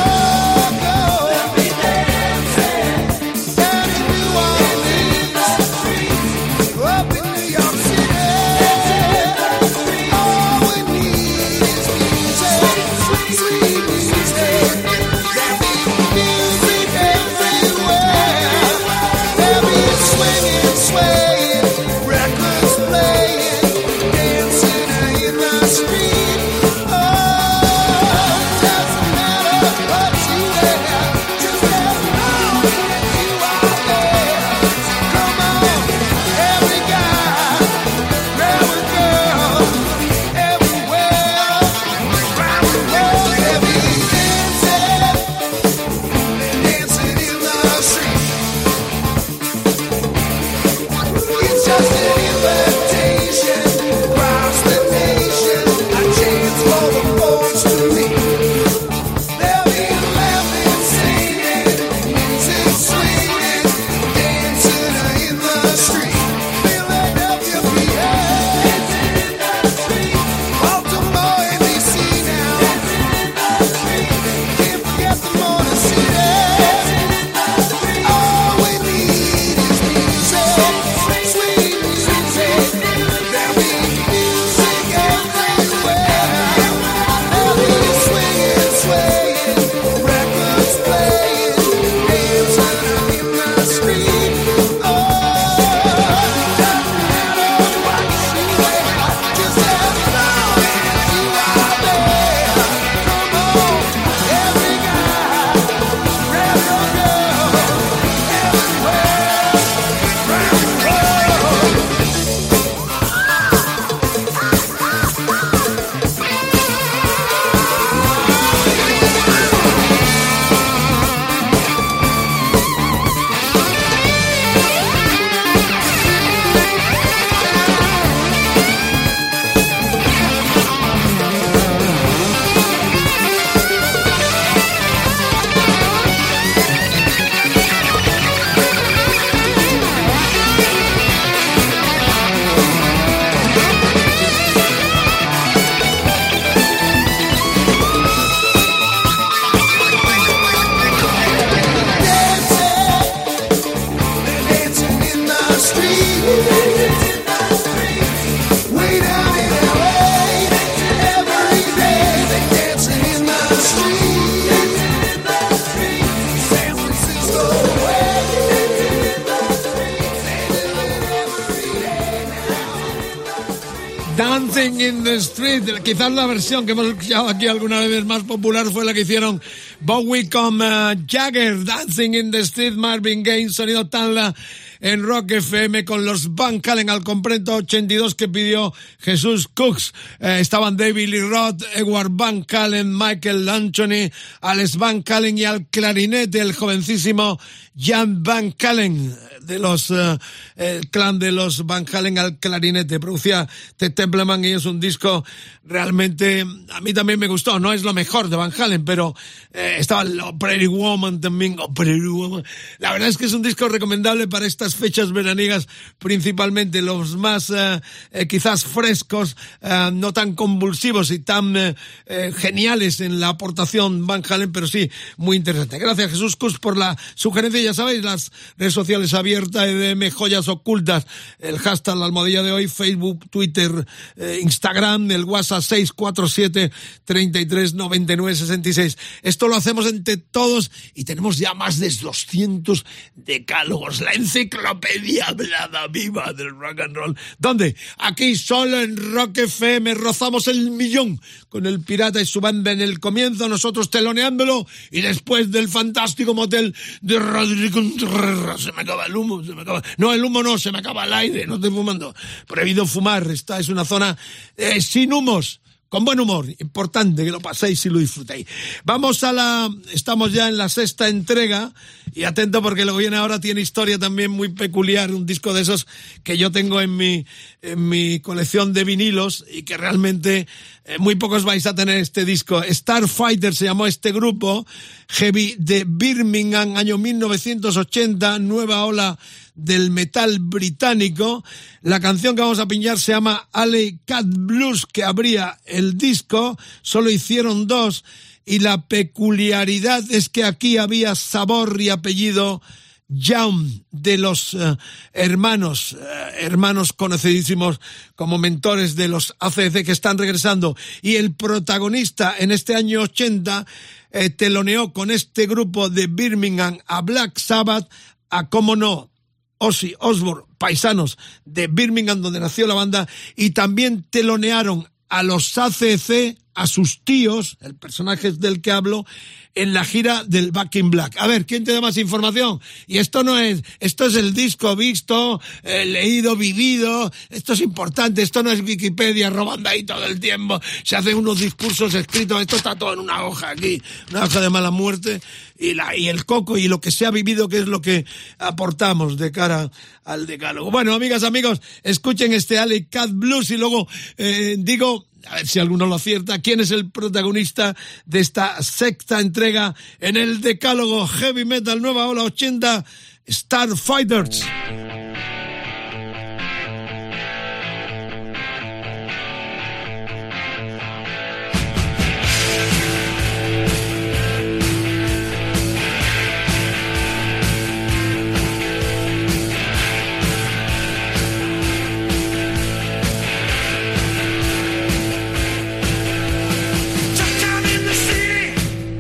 Dancing in the Street. Quizás la versión que hemos escuchado aquí alguna vez más popular fue la que hicieron Bowie con uh, Jagger, Dancing in the Street, Marvin Gaye, sonido Tanla en Rock F M con los Van Halen al completo ochenta y dos que pidió Jesús Cooks. Eh, estaban David Lee Roth, Edward Van Halen, Michael Anthony, Alex Van Halen y al clarinete el jovencísimo Jan Van Halen, de los uh, el clan de los Van Halen al clarinete. Producía The Templeman y es un disco realmente, a mí también me gustó. No es lo mejor de Van Halen, pero eh, estaba el Pretty Woman también. Oh, Pretty Woman. La verdad es que es un disco recomendable para estas fechas veraniegas, principalmente los más eh, eh, quizás frescos, eh, no tan convulsivos y tan eh, eh, geniales en la aportación Van Halen, pero sí muy interesante. Gracias, Jesús Cus, por la sugerencia. Ya sabéis, las redes sociales abiertas, E D M, Joyas Ocultas, el hashtag La Almohadilla de hoy, Facebook, Twitter, eh, Instagram, el WhatsApp seis cuatro siete, treinta y tres, noventa y nueve, sesenta y seis. Esto lo hacemos entre todos y tenemos ya más de doscientos decálogos. La enciclopedia hablada viva del rock and roll. ¿Dónde? Aquí solo en Rock F M rozamos el millón con el Pirata y su banda en el comienzo, nosotros teloneándolo y después del fantástico motel de Rodrigo Contreras. Se me acaba el humo, se me acaba... No, el humo no, se me acaba el aire, no estoy fumando. Prohibido fumar, esta es una zona eh, sin humos. Con buen humor, importante que lo paséis y lo disfrutéis. Vamos a la... Estamos ya en la sexta entrega y atento porque lo que viene ahora tiene historia también muy peculiar, un disco de esos que yo tengo en mi en mi colección de vinilos y que realmente eh, muy pocos vais a tener este disco. Starfighter se llamó este grupo, heavy de Birmingham, año mil novecientos ochenta, nueva ola del metal británico. La canción que vamos a pinchar se llama Alley Cat Blues, que abría el disco. Solo hicieron dos y la peculiaridad es que aquí había sabor y apellido Young, de los uh, hermanos, uh, hermanos conocidísimos como mentores de los A C D C que están regresando. Y el protagonista en este año ochenta eh, teloneó con este grupo de Birmingham a Black Sabbath, a cómo no, Ozzy Osbourne, paisanos de Birmingham donde nació la banda, y también telonearon a los A C D C, a sus tíos, el personaje del que hablo, en la gira del Back in Black. A ver, ¿quién te da más información? Y esto no es, esto es el disco visto, eh, leído, vivido, esto es importante, esto no es Wikipedia robando ahí todo el tiempo, se hacen unos discursos escritos, esto está todo en una hoja aquí, una hoja de mala muerte, y la, y el coco y lo que se ha vivido, que es lo que aportamos de cara al decálogo. Bueno, amigas, amigos, escuchen este Alley Cat Blues y luego, eh, digo, a ver si alguno lo acierta, quién es el protagonista de esta sexta entrega en el decálogo Heavy Metal Nueva Ola ochenta, Starfighters.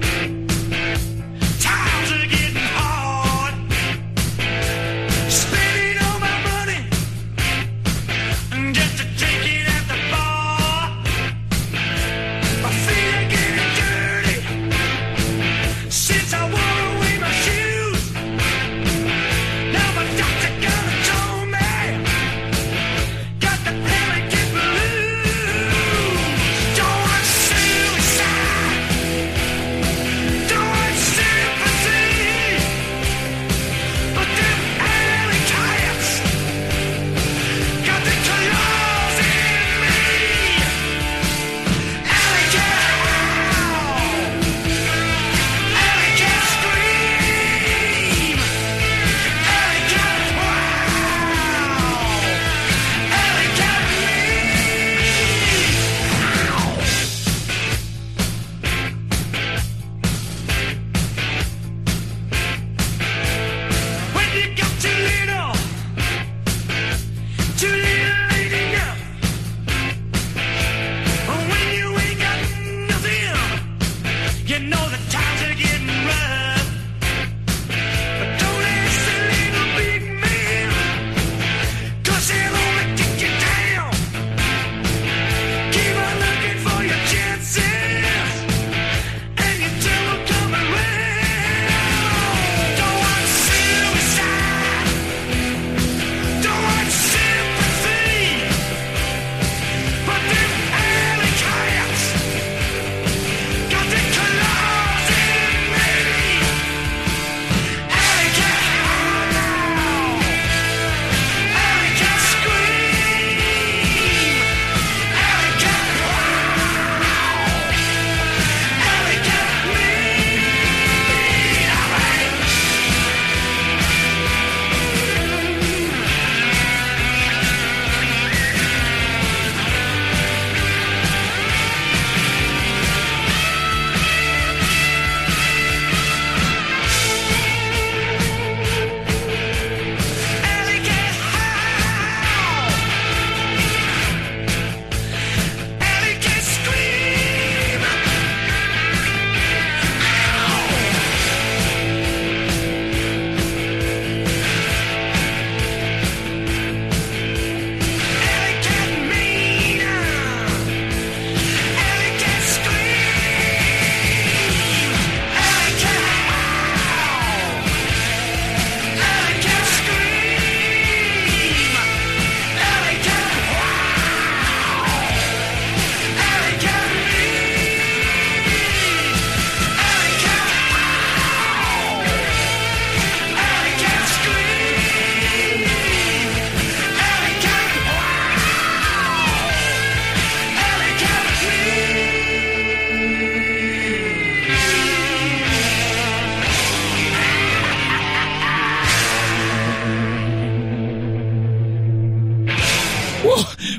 Times are getting hard. Spinning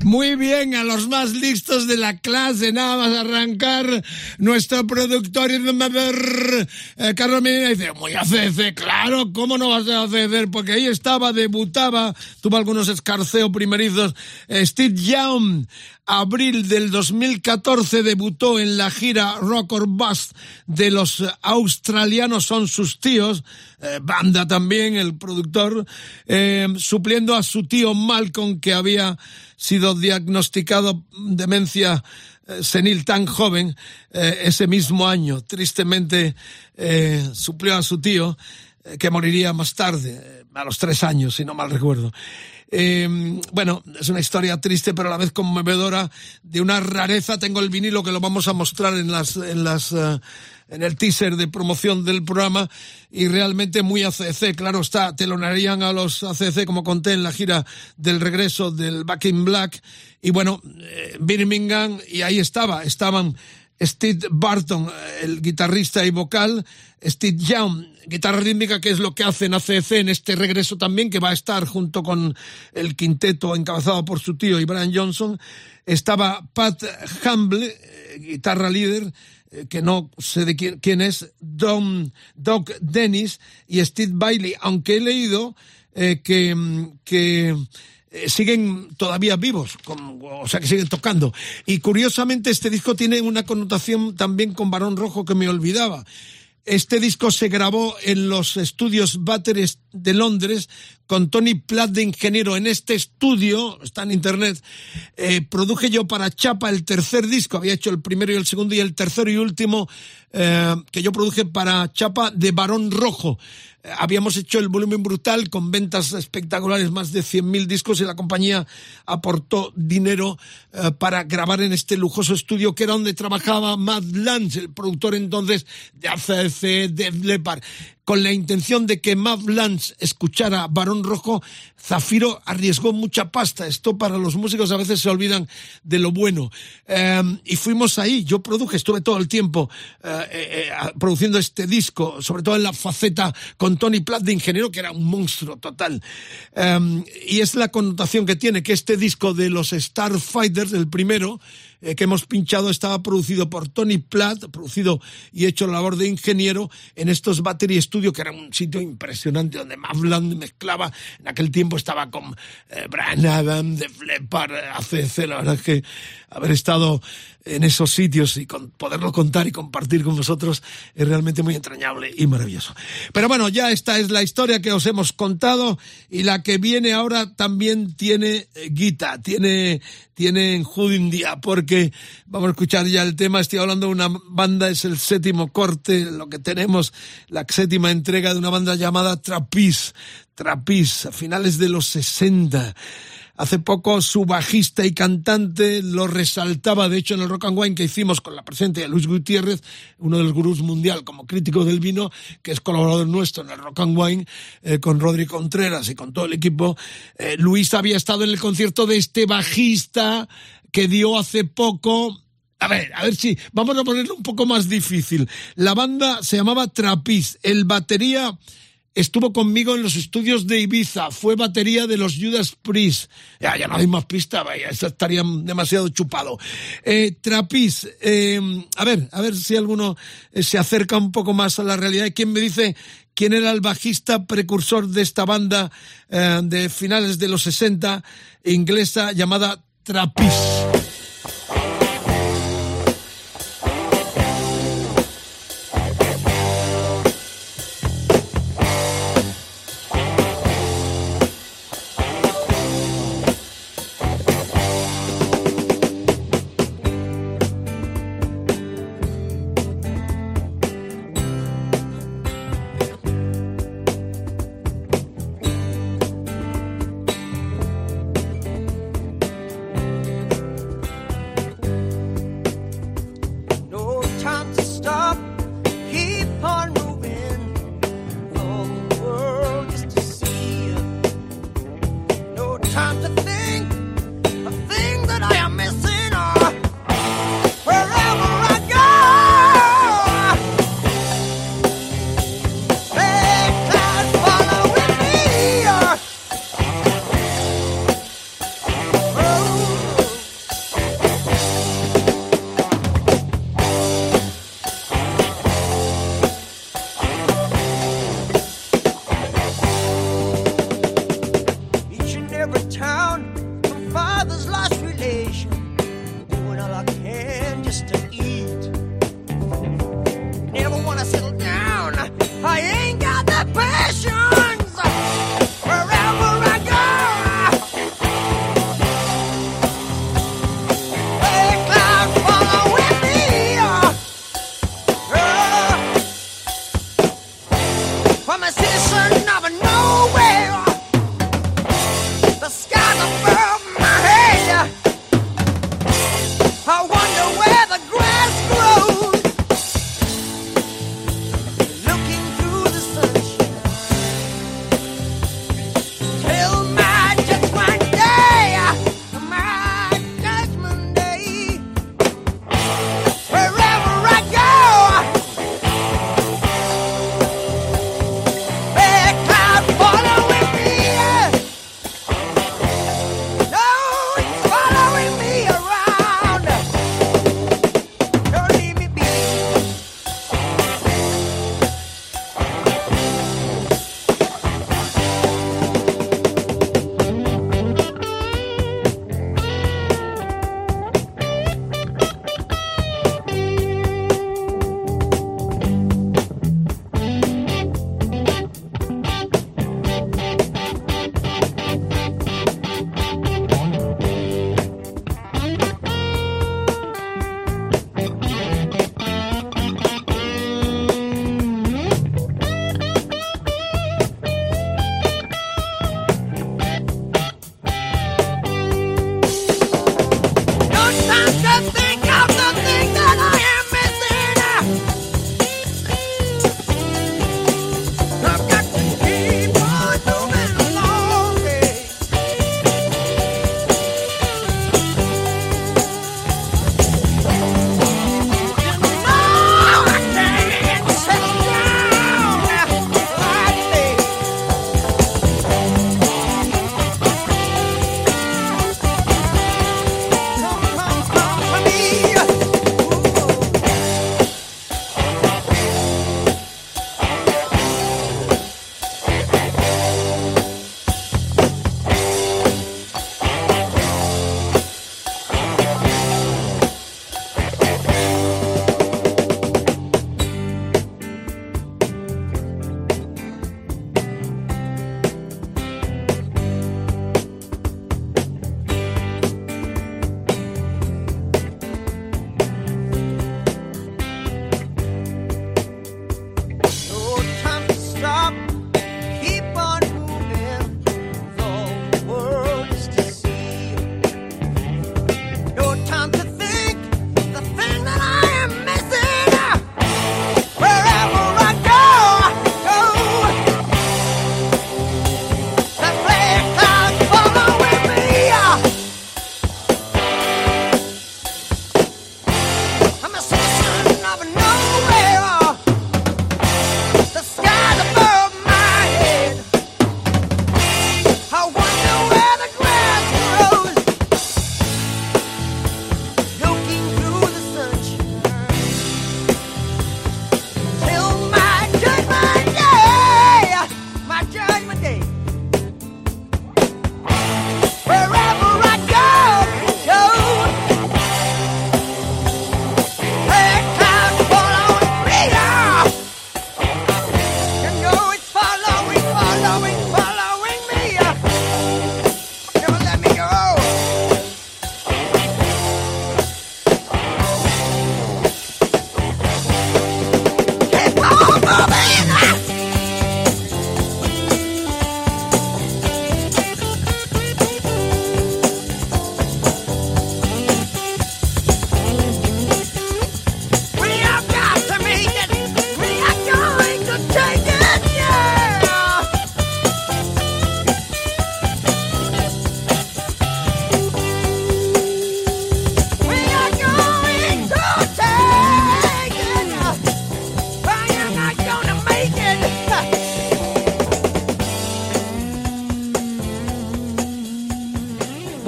Muy bien, a los más listos de la clase, nada más arrancar, nuestro productor, eh, Carlos Medina, dice, muy A C C, claro, ¿cómo no vas a acceder? Porque ahí estaba, debutaba, tuvo algunos escarceos primerizos, eh, Steve Young. Abril del dos mil catorce debutó en la gira Rock or Bust de los australianos Son Sus Tíos, eh, banda también, el productor, eh, supliendo a su tío Malcolm, que había sido diagnosticado demencia eh, senil tan joven eh, ese mismo año. Tristemente eh, suplió a su tío, eh, que moriría más tarde, eh, a los tres años, si no mal recuerdo. Eh, bueno, es una historia triste pero a la vez conmovedora, de una rareza. Tengo el vinilo que lo vamos a mostrar en las, en las, uh, en el teaser de promoción del programa, y realmente muy A C C, claro está, telonearían a los A C C, como conté, en la gira del regreso del Back in Black, y bueno, eh, Birmingham, y ahí estaba, estaban Steve Barton, el guitarrista y vocal, Steve Young, guitarra rítmica, que es lo que hacen A C C en este regreso también, que va a estar junto con el quinteto encabezado por su tío y Brian Johnson. Estaba Pat Humble, guitarra líder, que no sé de quién, quién es, Don, Doc Dennis y Steve Bailey, aunque he leído eh, que... que Eh, siguen todavía vivos, con, o sea que siguen tocando. Y curiosamente este disco tiene una connotación también con Barón Rojo que me olvidaba. Este disco se grabó en los estudios Battery de Londres con Tony Platt de ingeniero. En este estudio, está en internet, eh, produje yo para Chapa el tercer disco. Había hecho el primero y el segundo, y el tercero y último eh, que yo produje para Chapa de Barón Rojo. Habíamos hecho el volumen brutal con ventas espectaculares, más de cien mil discos, y la compañía aportó dinero eh, para grabar en este lujoso estudio, que era donde trabajaba Matt Lange, el productor entonces de A C C, de Def Leppard. Con la intención de que Matt Lange escuchara Barón Rojo, Zafiro arriesgó mucha pasta. Esto, para los músicos, a veces se olvidan de lo bueno. Eh, y fuimos ahí, yo produje, estuve todo el tiempo eh, eh, produciendo este disco, sobre todo en la faceta con Tony Platt de ingeniero, que era un monstruo total. Eh, y es la connotación que tiene, que este disco de los Starfighters, el primero, eh, que hemos pinchado, estaba producido por Tony Platt, producido y hecho la labor de ingeniero en estos Battery Studio, que era un sitio impresionante donde Mavland mezclaba. En aquel tiempo estaba con eh, Brian Adams, Def Leppard, A C C. La verdad es que haber estado en esos sitios y con, poderlo contar y compartir con vosotros es realmente muy entrañable y maravilloso. Pero bueno, ya esta es la historia que os hemos contado, y la que viene ahora también tiene eh, guita, tiene, tiene enjundia, porque vamos a escuchar ya el tema. Estoy hablando de una banda, es el séptimo corte, lo que tenemos, la séptima entrega de una banda llamada Trapeze, Trapeze, a finales de los sesenta. Hace poco su bajista y cantante lo resaltaba, de hecho, en el Rock and Wine que hicimos con la presencia de Luis Gutiérrez, uno de los gurús mundial como crítico del vino, que es colaborador nuestro en el Rock and Wine, eh, con Rodri Contreras y con todo el equipo. Eh, Luis había estado en el concierto de este bajista que dio hace poco. A ver, a ver si vamos a ponerlo un poco más difícil. La banda se llamaba Trapeze. El batería estuvo conmigo en los estudios de Ibiza, fue batería de los Judas Priest. Ya, ya no hay más pista, vaya, eso estaría demasiado chupado. Eh, Trapeze, eh, a ver, a ver si alguno eh, se acerca un poco más a la realidad. ¿Quién me dice quién era el bajista precursor de esta banda eh, de finales de los sesenta, inglesa, llamada Trapeze?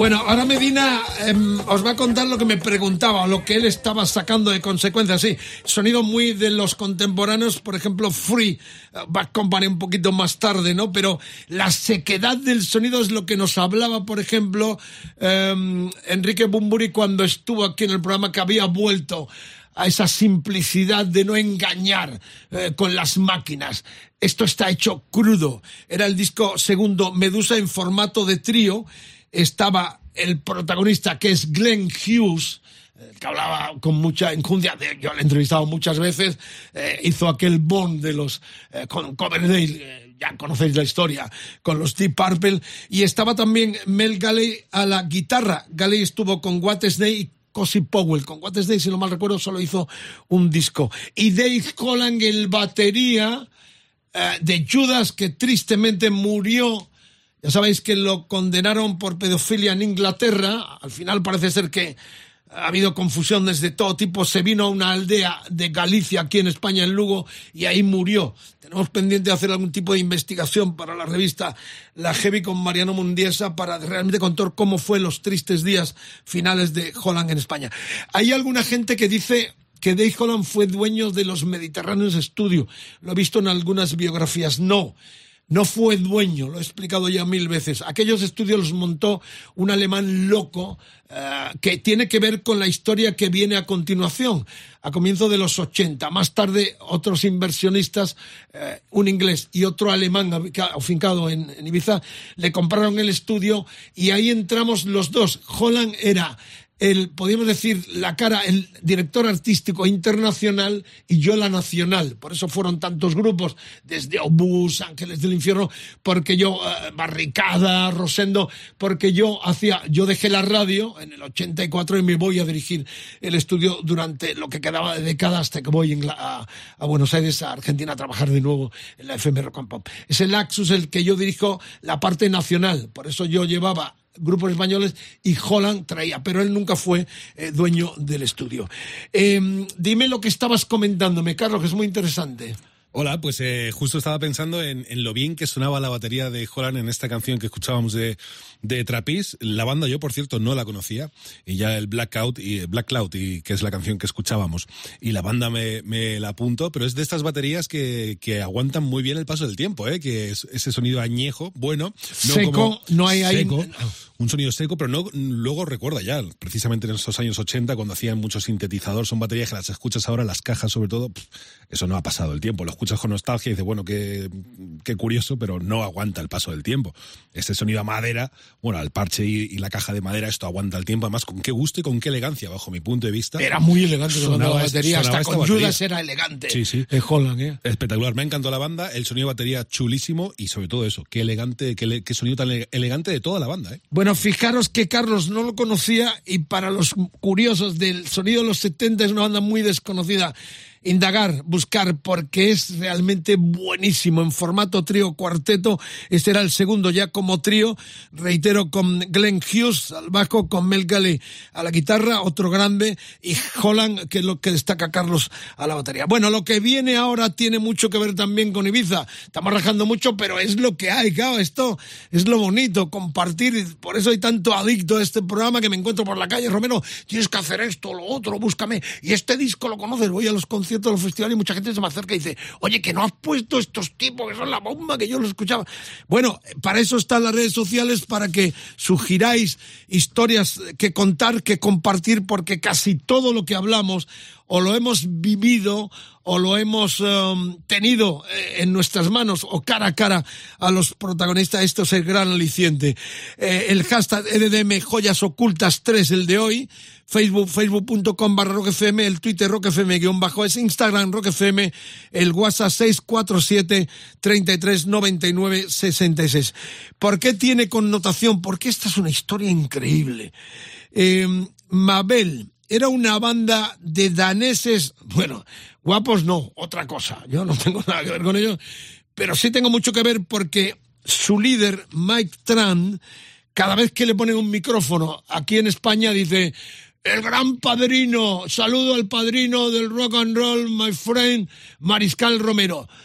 Bueno, ahora Medina eh, os va a contar lo que me preguntaba, lo que él estaba sacando de consecuencias. Sí, sonido muy de los contemporáneos, por ejemplo, Free, Bad Company un poquito más tarde, ¿no? Pero la sequedad del sonido es lo que nos hablaba, por ejemplo, eh, Enrique Bunbury cuando estuvo aquí en el programa, que había vuelto a esa simplicidad de no engañar eh, con las máquinas. Esto está hecho crudo. Era el disco segundo, Medusa, en formato de trío. Estaba el protagonista, que es Glenn Hughes, eh, que hablaba con mucha enjundia. De, yo le he entrevistado muchas veces. Eh, hizo aquel Bond de los eh, con Coverdale, eh, ya conocéis la historia, con los Deep Purple. Y estaba también Mel Galley a la guitarra. Galley estuvo con Watersnake y Cozy Powell. Con Watersnake, si no mal recuerdo, solo hizo un disco. Y Dave Holland, el batería eh, de Judas, que tristemente murió. Ya sabéis que lo condenaron por pedofilia en Inglaterra. Al final parece ser que ha habido confusiones de todo tipo. Se vino a una aldea de Galicia, aquí en España, en Lugo, y ahí murió. Tenemos pendiente de hacer algún tipo de investigación para la revista La Heavy con Mariano Mundiesa, para realmente contar cómo fue los tristes días finales de Holland en España. Hay alguna gente que dice que Dave Holland fue dueño de los Mediterráneos Studio. Lo he visto en algunas biografías. No. No fue dueño, lo he explicado ya mil veces. Aquellos estudios los montó un alemán loco eh, que tiene que ver con la historia que viene a continuación, a comienzos de los ochenta. Más tarde, otros inversionistas, eh, un inglés y otro alemán afincado en, en Ibiza, le compraron el estudio y ahí entramos los dos. Holland era el, podríamos decir, la cara, el director artístico internacional, y yo la nacional. Por eso fueron tantos grupos, desde Obús, Ángeles del Infierno, porque yo, eh, Barricada, Rosendo, porque yo hacía, yo dejé la radio en el ochenta y cuatro y me voy a dirigir el estudio durante lo que quedaba de década hasta que voy en la, a, a Buenos Aires, a Argentina, a trabajar de nuevo en la F M Rock and Pop. Es el Axus el que yo dirijo la parte nacional, por eso yo llevaba grupos españoles y Holland traía, pero él nunca fue eh, dueño del estudio. Eh, dime lo que estabas comentándome, Carlos, que es muy interesante. Hola, pues eh, justo estaba pensando en, en lo bien que sonaba la batería de Holland en esta canción que escuchábamos de, de Trapeze. La banda yo, por cierto, no la conocía, y ya el Blackout y Black Cloud, y que es la canción que escuchábamos, y la banda me, me la apunto, pero es de estas baterías que, que aguantan muy bien el paso del tiempo, ¿eh? Que es ese sonido añejo, bueno, no seco, como no hay ahí seco, un sonido seco, pero no luego recuerda ya, precisamente en esos años ochenta, cuando hacían mucho sintetizador, son baterías que las escuchas ahora, las cajas sobre todo, pff, eso no ha pasado el tiempo, lo escuchas con nostalgia y dices, bueno, qué, qué curioso, pero no aguanta el paso del tiempo. Ese sonido a madera, bueno, al parche y, y la caja de madera, esto aguanta el tiempo, además con qué gusto y con qué elegancia, bajo mi punto de vista. Era muy elegante sonaba, la batería, hasta con batería. Judas era elegante. Sí, sí. De Holland, ¿eh? Espectacular, me encantó la banda, el sonido de batería chulísimo y sobre todo eso, qué elegante, qué, qué sonido tan elegante de toda la banda, ¿eh? Bueno, fijaros que Carlos no lo conocía, y para los curiosos del sonido de los setenta es una banda muy desconocida. Indagar, buscar, porque es realmente buenísimo en formato trío cuarteto. Este era el segundo ya como trío, reitero, con Glenn Hughes al bajo, con Mel Galley a la guitarra, otro grande, y Holland, que es lo que destaca Carlos, a la batería. Bueno, lo que viene ahora tiene mucho que ver también con Ibiza. Estamos rajando mucho, pero es lo que hay, claro, esto es lo bonito, compartir. Por eso hay tanto adicto a este programa, que me encuentro por la calle, Romero, tienes que hacer esto, lo otro, búscame, y este disco lo conoces, voy a los conciertos, a los festivales, y mucha gente se me acerca y dice, oye, que no has puesto estos tipos que son la bomba, que yo los escuchaba. Bueno, para eso están las redes sociales, para que sugiráis historias que contar, que compartir, porque casi todo lo que hablamos o lo hemos vivido o lo hemos um, tenido en nuestras manos, o cara a cara a los protagonistas. Esto es el gran aliciente. Eh, el hashtag E D D M Joyas Ocultas tres, el de hoy. Facebook, facebook.com barra Rock F M, el Twitter Rock F M guión bajo, es Instagram Rock F M, el WhatsApp seis cuatro siete, treinta y tres, noventa y nueve, sesenta y seis. ¿Por qué tiene connotación? Porque esta es una historia increíble. Eh, Mabel era una banda de daneses, bueno, guapos no, otra cosa, yo no tengo nada que ver con ellos, pero sí tengo mucho que ver porque su líder, Mike Tran, cada vez que le ponen un micrófono aquí en España dice, el gran padrino, saludo al padrino del rock and roll, my friend, Mariscal Romero.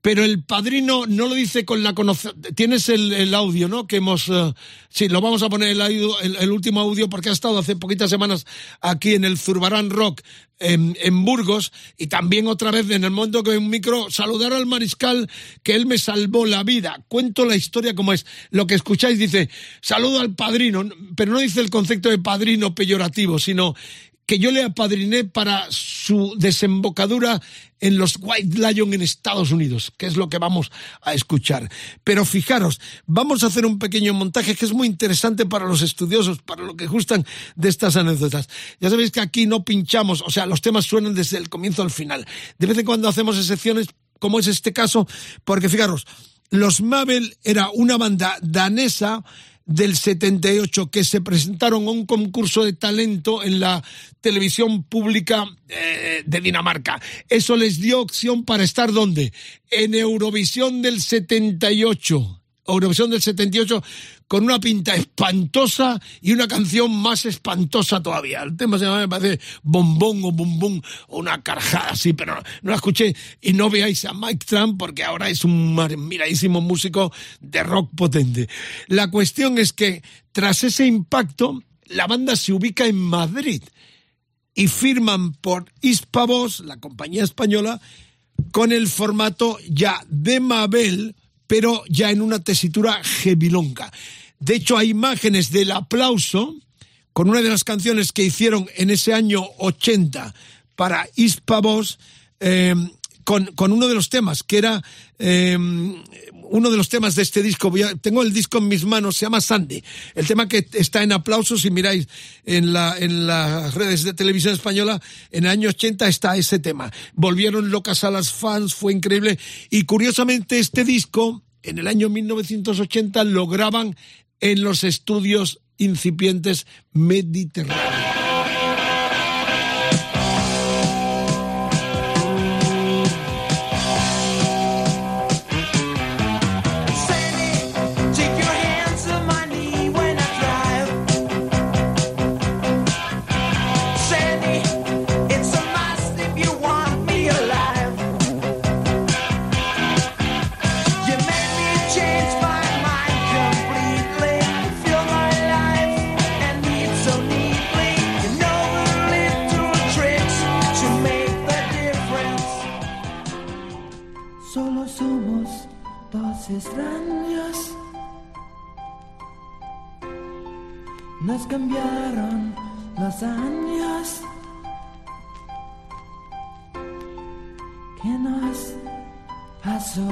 pero el Padrino no lo dice con la conoce... Tienes el, el audio, ¿no? Que hemos... Uh, sí, lo vamos a poner el, audio, el, el último audio porque ha estado hace poquitas semanas aquí en el Zurbarán Rock en, en Burgos, y también otra vez en el momento que hay un micro, saludar al Mariscal, que él me salvó la vida. Cuento la historia como es. Lo que escucháis dice, saludo al Padrino, pero no dice el concepto de padrino peyorativo, sino que yo le apadriné para su desembocadura en los White Lion en Estados Unidos, que es lo que vamos a escuchar. Pero fijaros, vamos a hacer un pequeño montaje que es muy interesante para los estudiosos, para los que gustan de estas anécdotas. Ya sabéis que aquí no pinchamos, o sea, los temas suenan desde el comienzo al final. De vez en cuando hacemos excepciones, como es este caso, porque fijaros, los Mabel era una banda danesa del setenta y ocho que se presentaron a un concurso de talento en la televisión pública eh, de Dinamarca. Eso les dio opción para estar ¿dónde? En Eurovisión del setenta y ocho. Eurovisión del setenta y ocho, con una pinta espantosa y una canción más espantosa todavía. El tema se llama, me parece, Bombón o Bombón, o una carjada así, pero no, no la escuché. Y no veáis a Mike Tramp porque ahora es un miradísimo músico de rock potente. La cuestión es que tras ese impacto, la banda se ubica en Madrid y firman por Hispavox, la compañía española, con el formato ya de Mabel, pero ya en una tesitura heavilonga. De hecho, hay imágenes del aplauso con una de las canciones que hicieron en ese año ochenta para Hispavox, eh, con, con uno de los temas, que era eh, uno de los temas de este disco. Voy a, tengo el disco en mis manos, se llama Sandy. El tema que está en aplauso, si miráis en, la, en las redes de televisión española, en el año ochenta está ese tema. Volvieron locas a las fans, fue increíble. Y curiosamente este disco, en el año mil novecientos ochenta, lo graban en los estudios incipientes Mediterráneo. Extrañas nos cambiaron los años que nos pasó.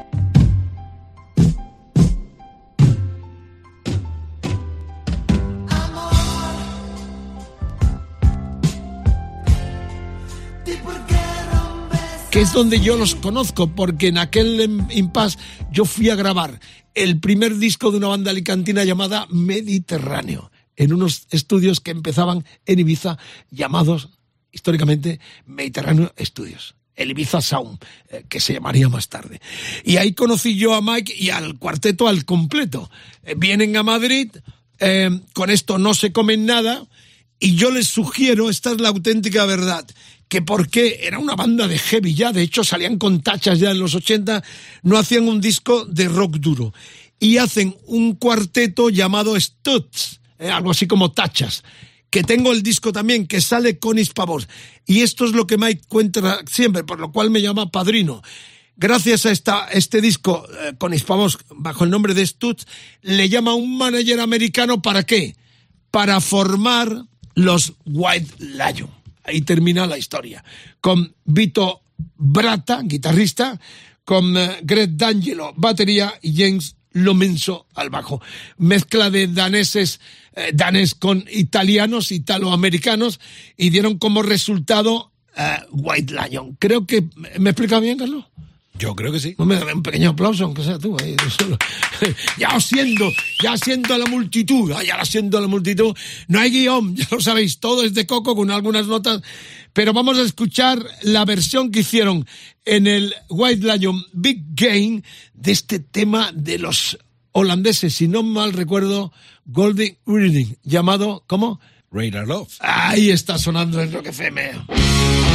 Que es donde yo los conozco, porque en aquel impasse yo fui a grabar el primer disco de una banda alicantina llamada Mediterráneo, en unos estudios que empezaban en Ibiza, llamados históricamente Mediterráneo Studios, el Ibiza Sound, eh, que se llamaría más tarde. Y ahí conocí yo a Mike y al cuarteto al completo. Eh, vienen a Madrid, eh, con esto no se comen nada, y yo les sugiero, esta es la auténtica verdad, que porque era una banda de heavy ya, de hecho salían con tachas ya en los ochenta, no hacían un disco de rock duro. Y hacen un cuarteto llamado Studs, eh, algo así como tachas, que tengo el disco también, que sale con Hispavox. Y esto es lo que Mike cuenta siempre, por lo cual me llama padrino. Gracias a esta, este disco eh, con Hispavox, bajo el nombre de Studs, le llama un manager americano, ¿para qué? Para formar los White Lion. Ahí termina la historia. Con Vito Bratta, guitarrista, con uh, Greg D'Angelo, batería, y James Lomenso al bajo. Mezcla de daneses, eh, danés con italianos, italoamericanos, y dieron como resultado uh, White Lion. Creo que... ¿Me explica bien, Carlos? Yo creo que sí. No me da un pequeño aplauso, aunque sea tú. Ahí, solo. Ya os siento, ya siento a la multitud, ya la siento a la multitud. No hay guión, ya lo sabéis, todo es de coco con algunas notas. Pero vamos a escuchar la versión que hicieron en el White Lion Big Game de este tema de los holandeses, si no mal recuerdo, Golden Reading, llamado, ¿cómo? Radar Love. Ahí está sonando en Rock F M.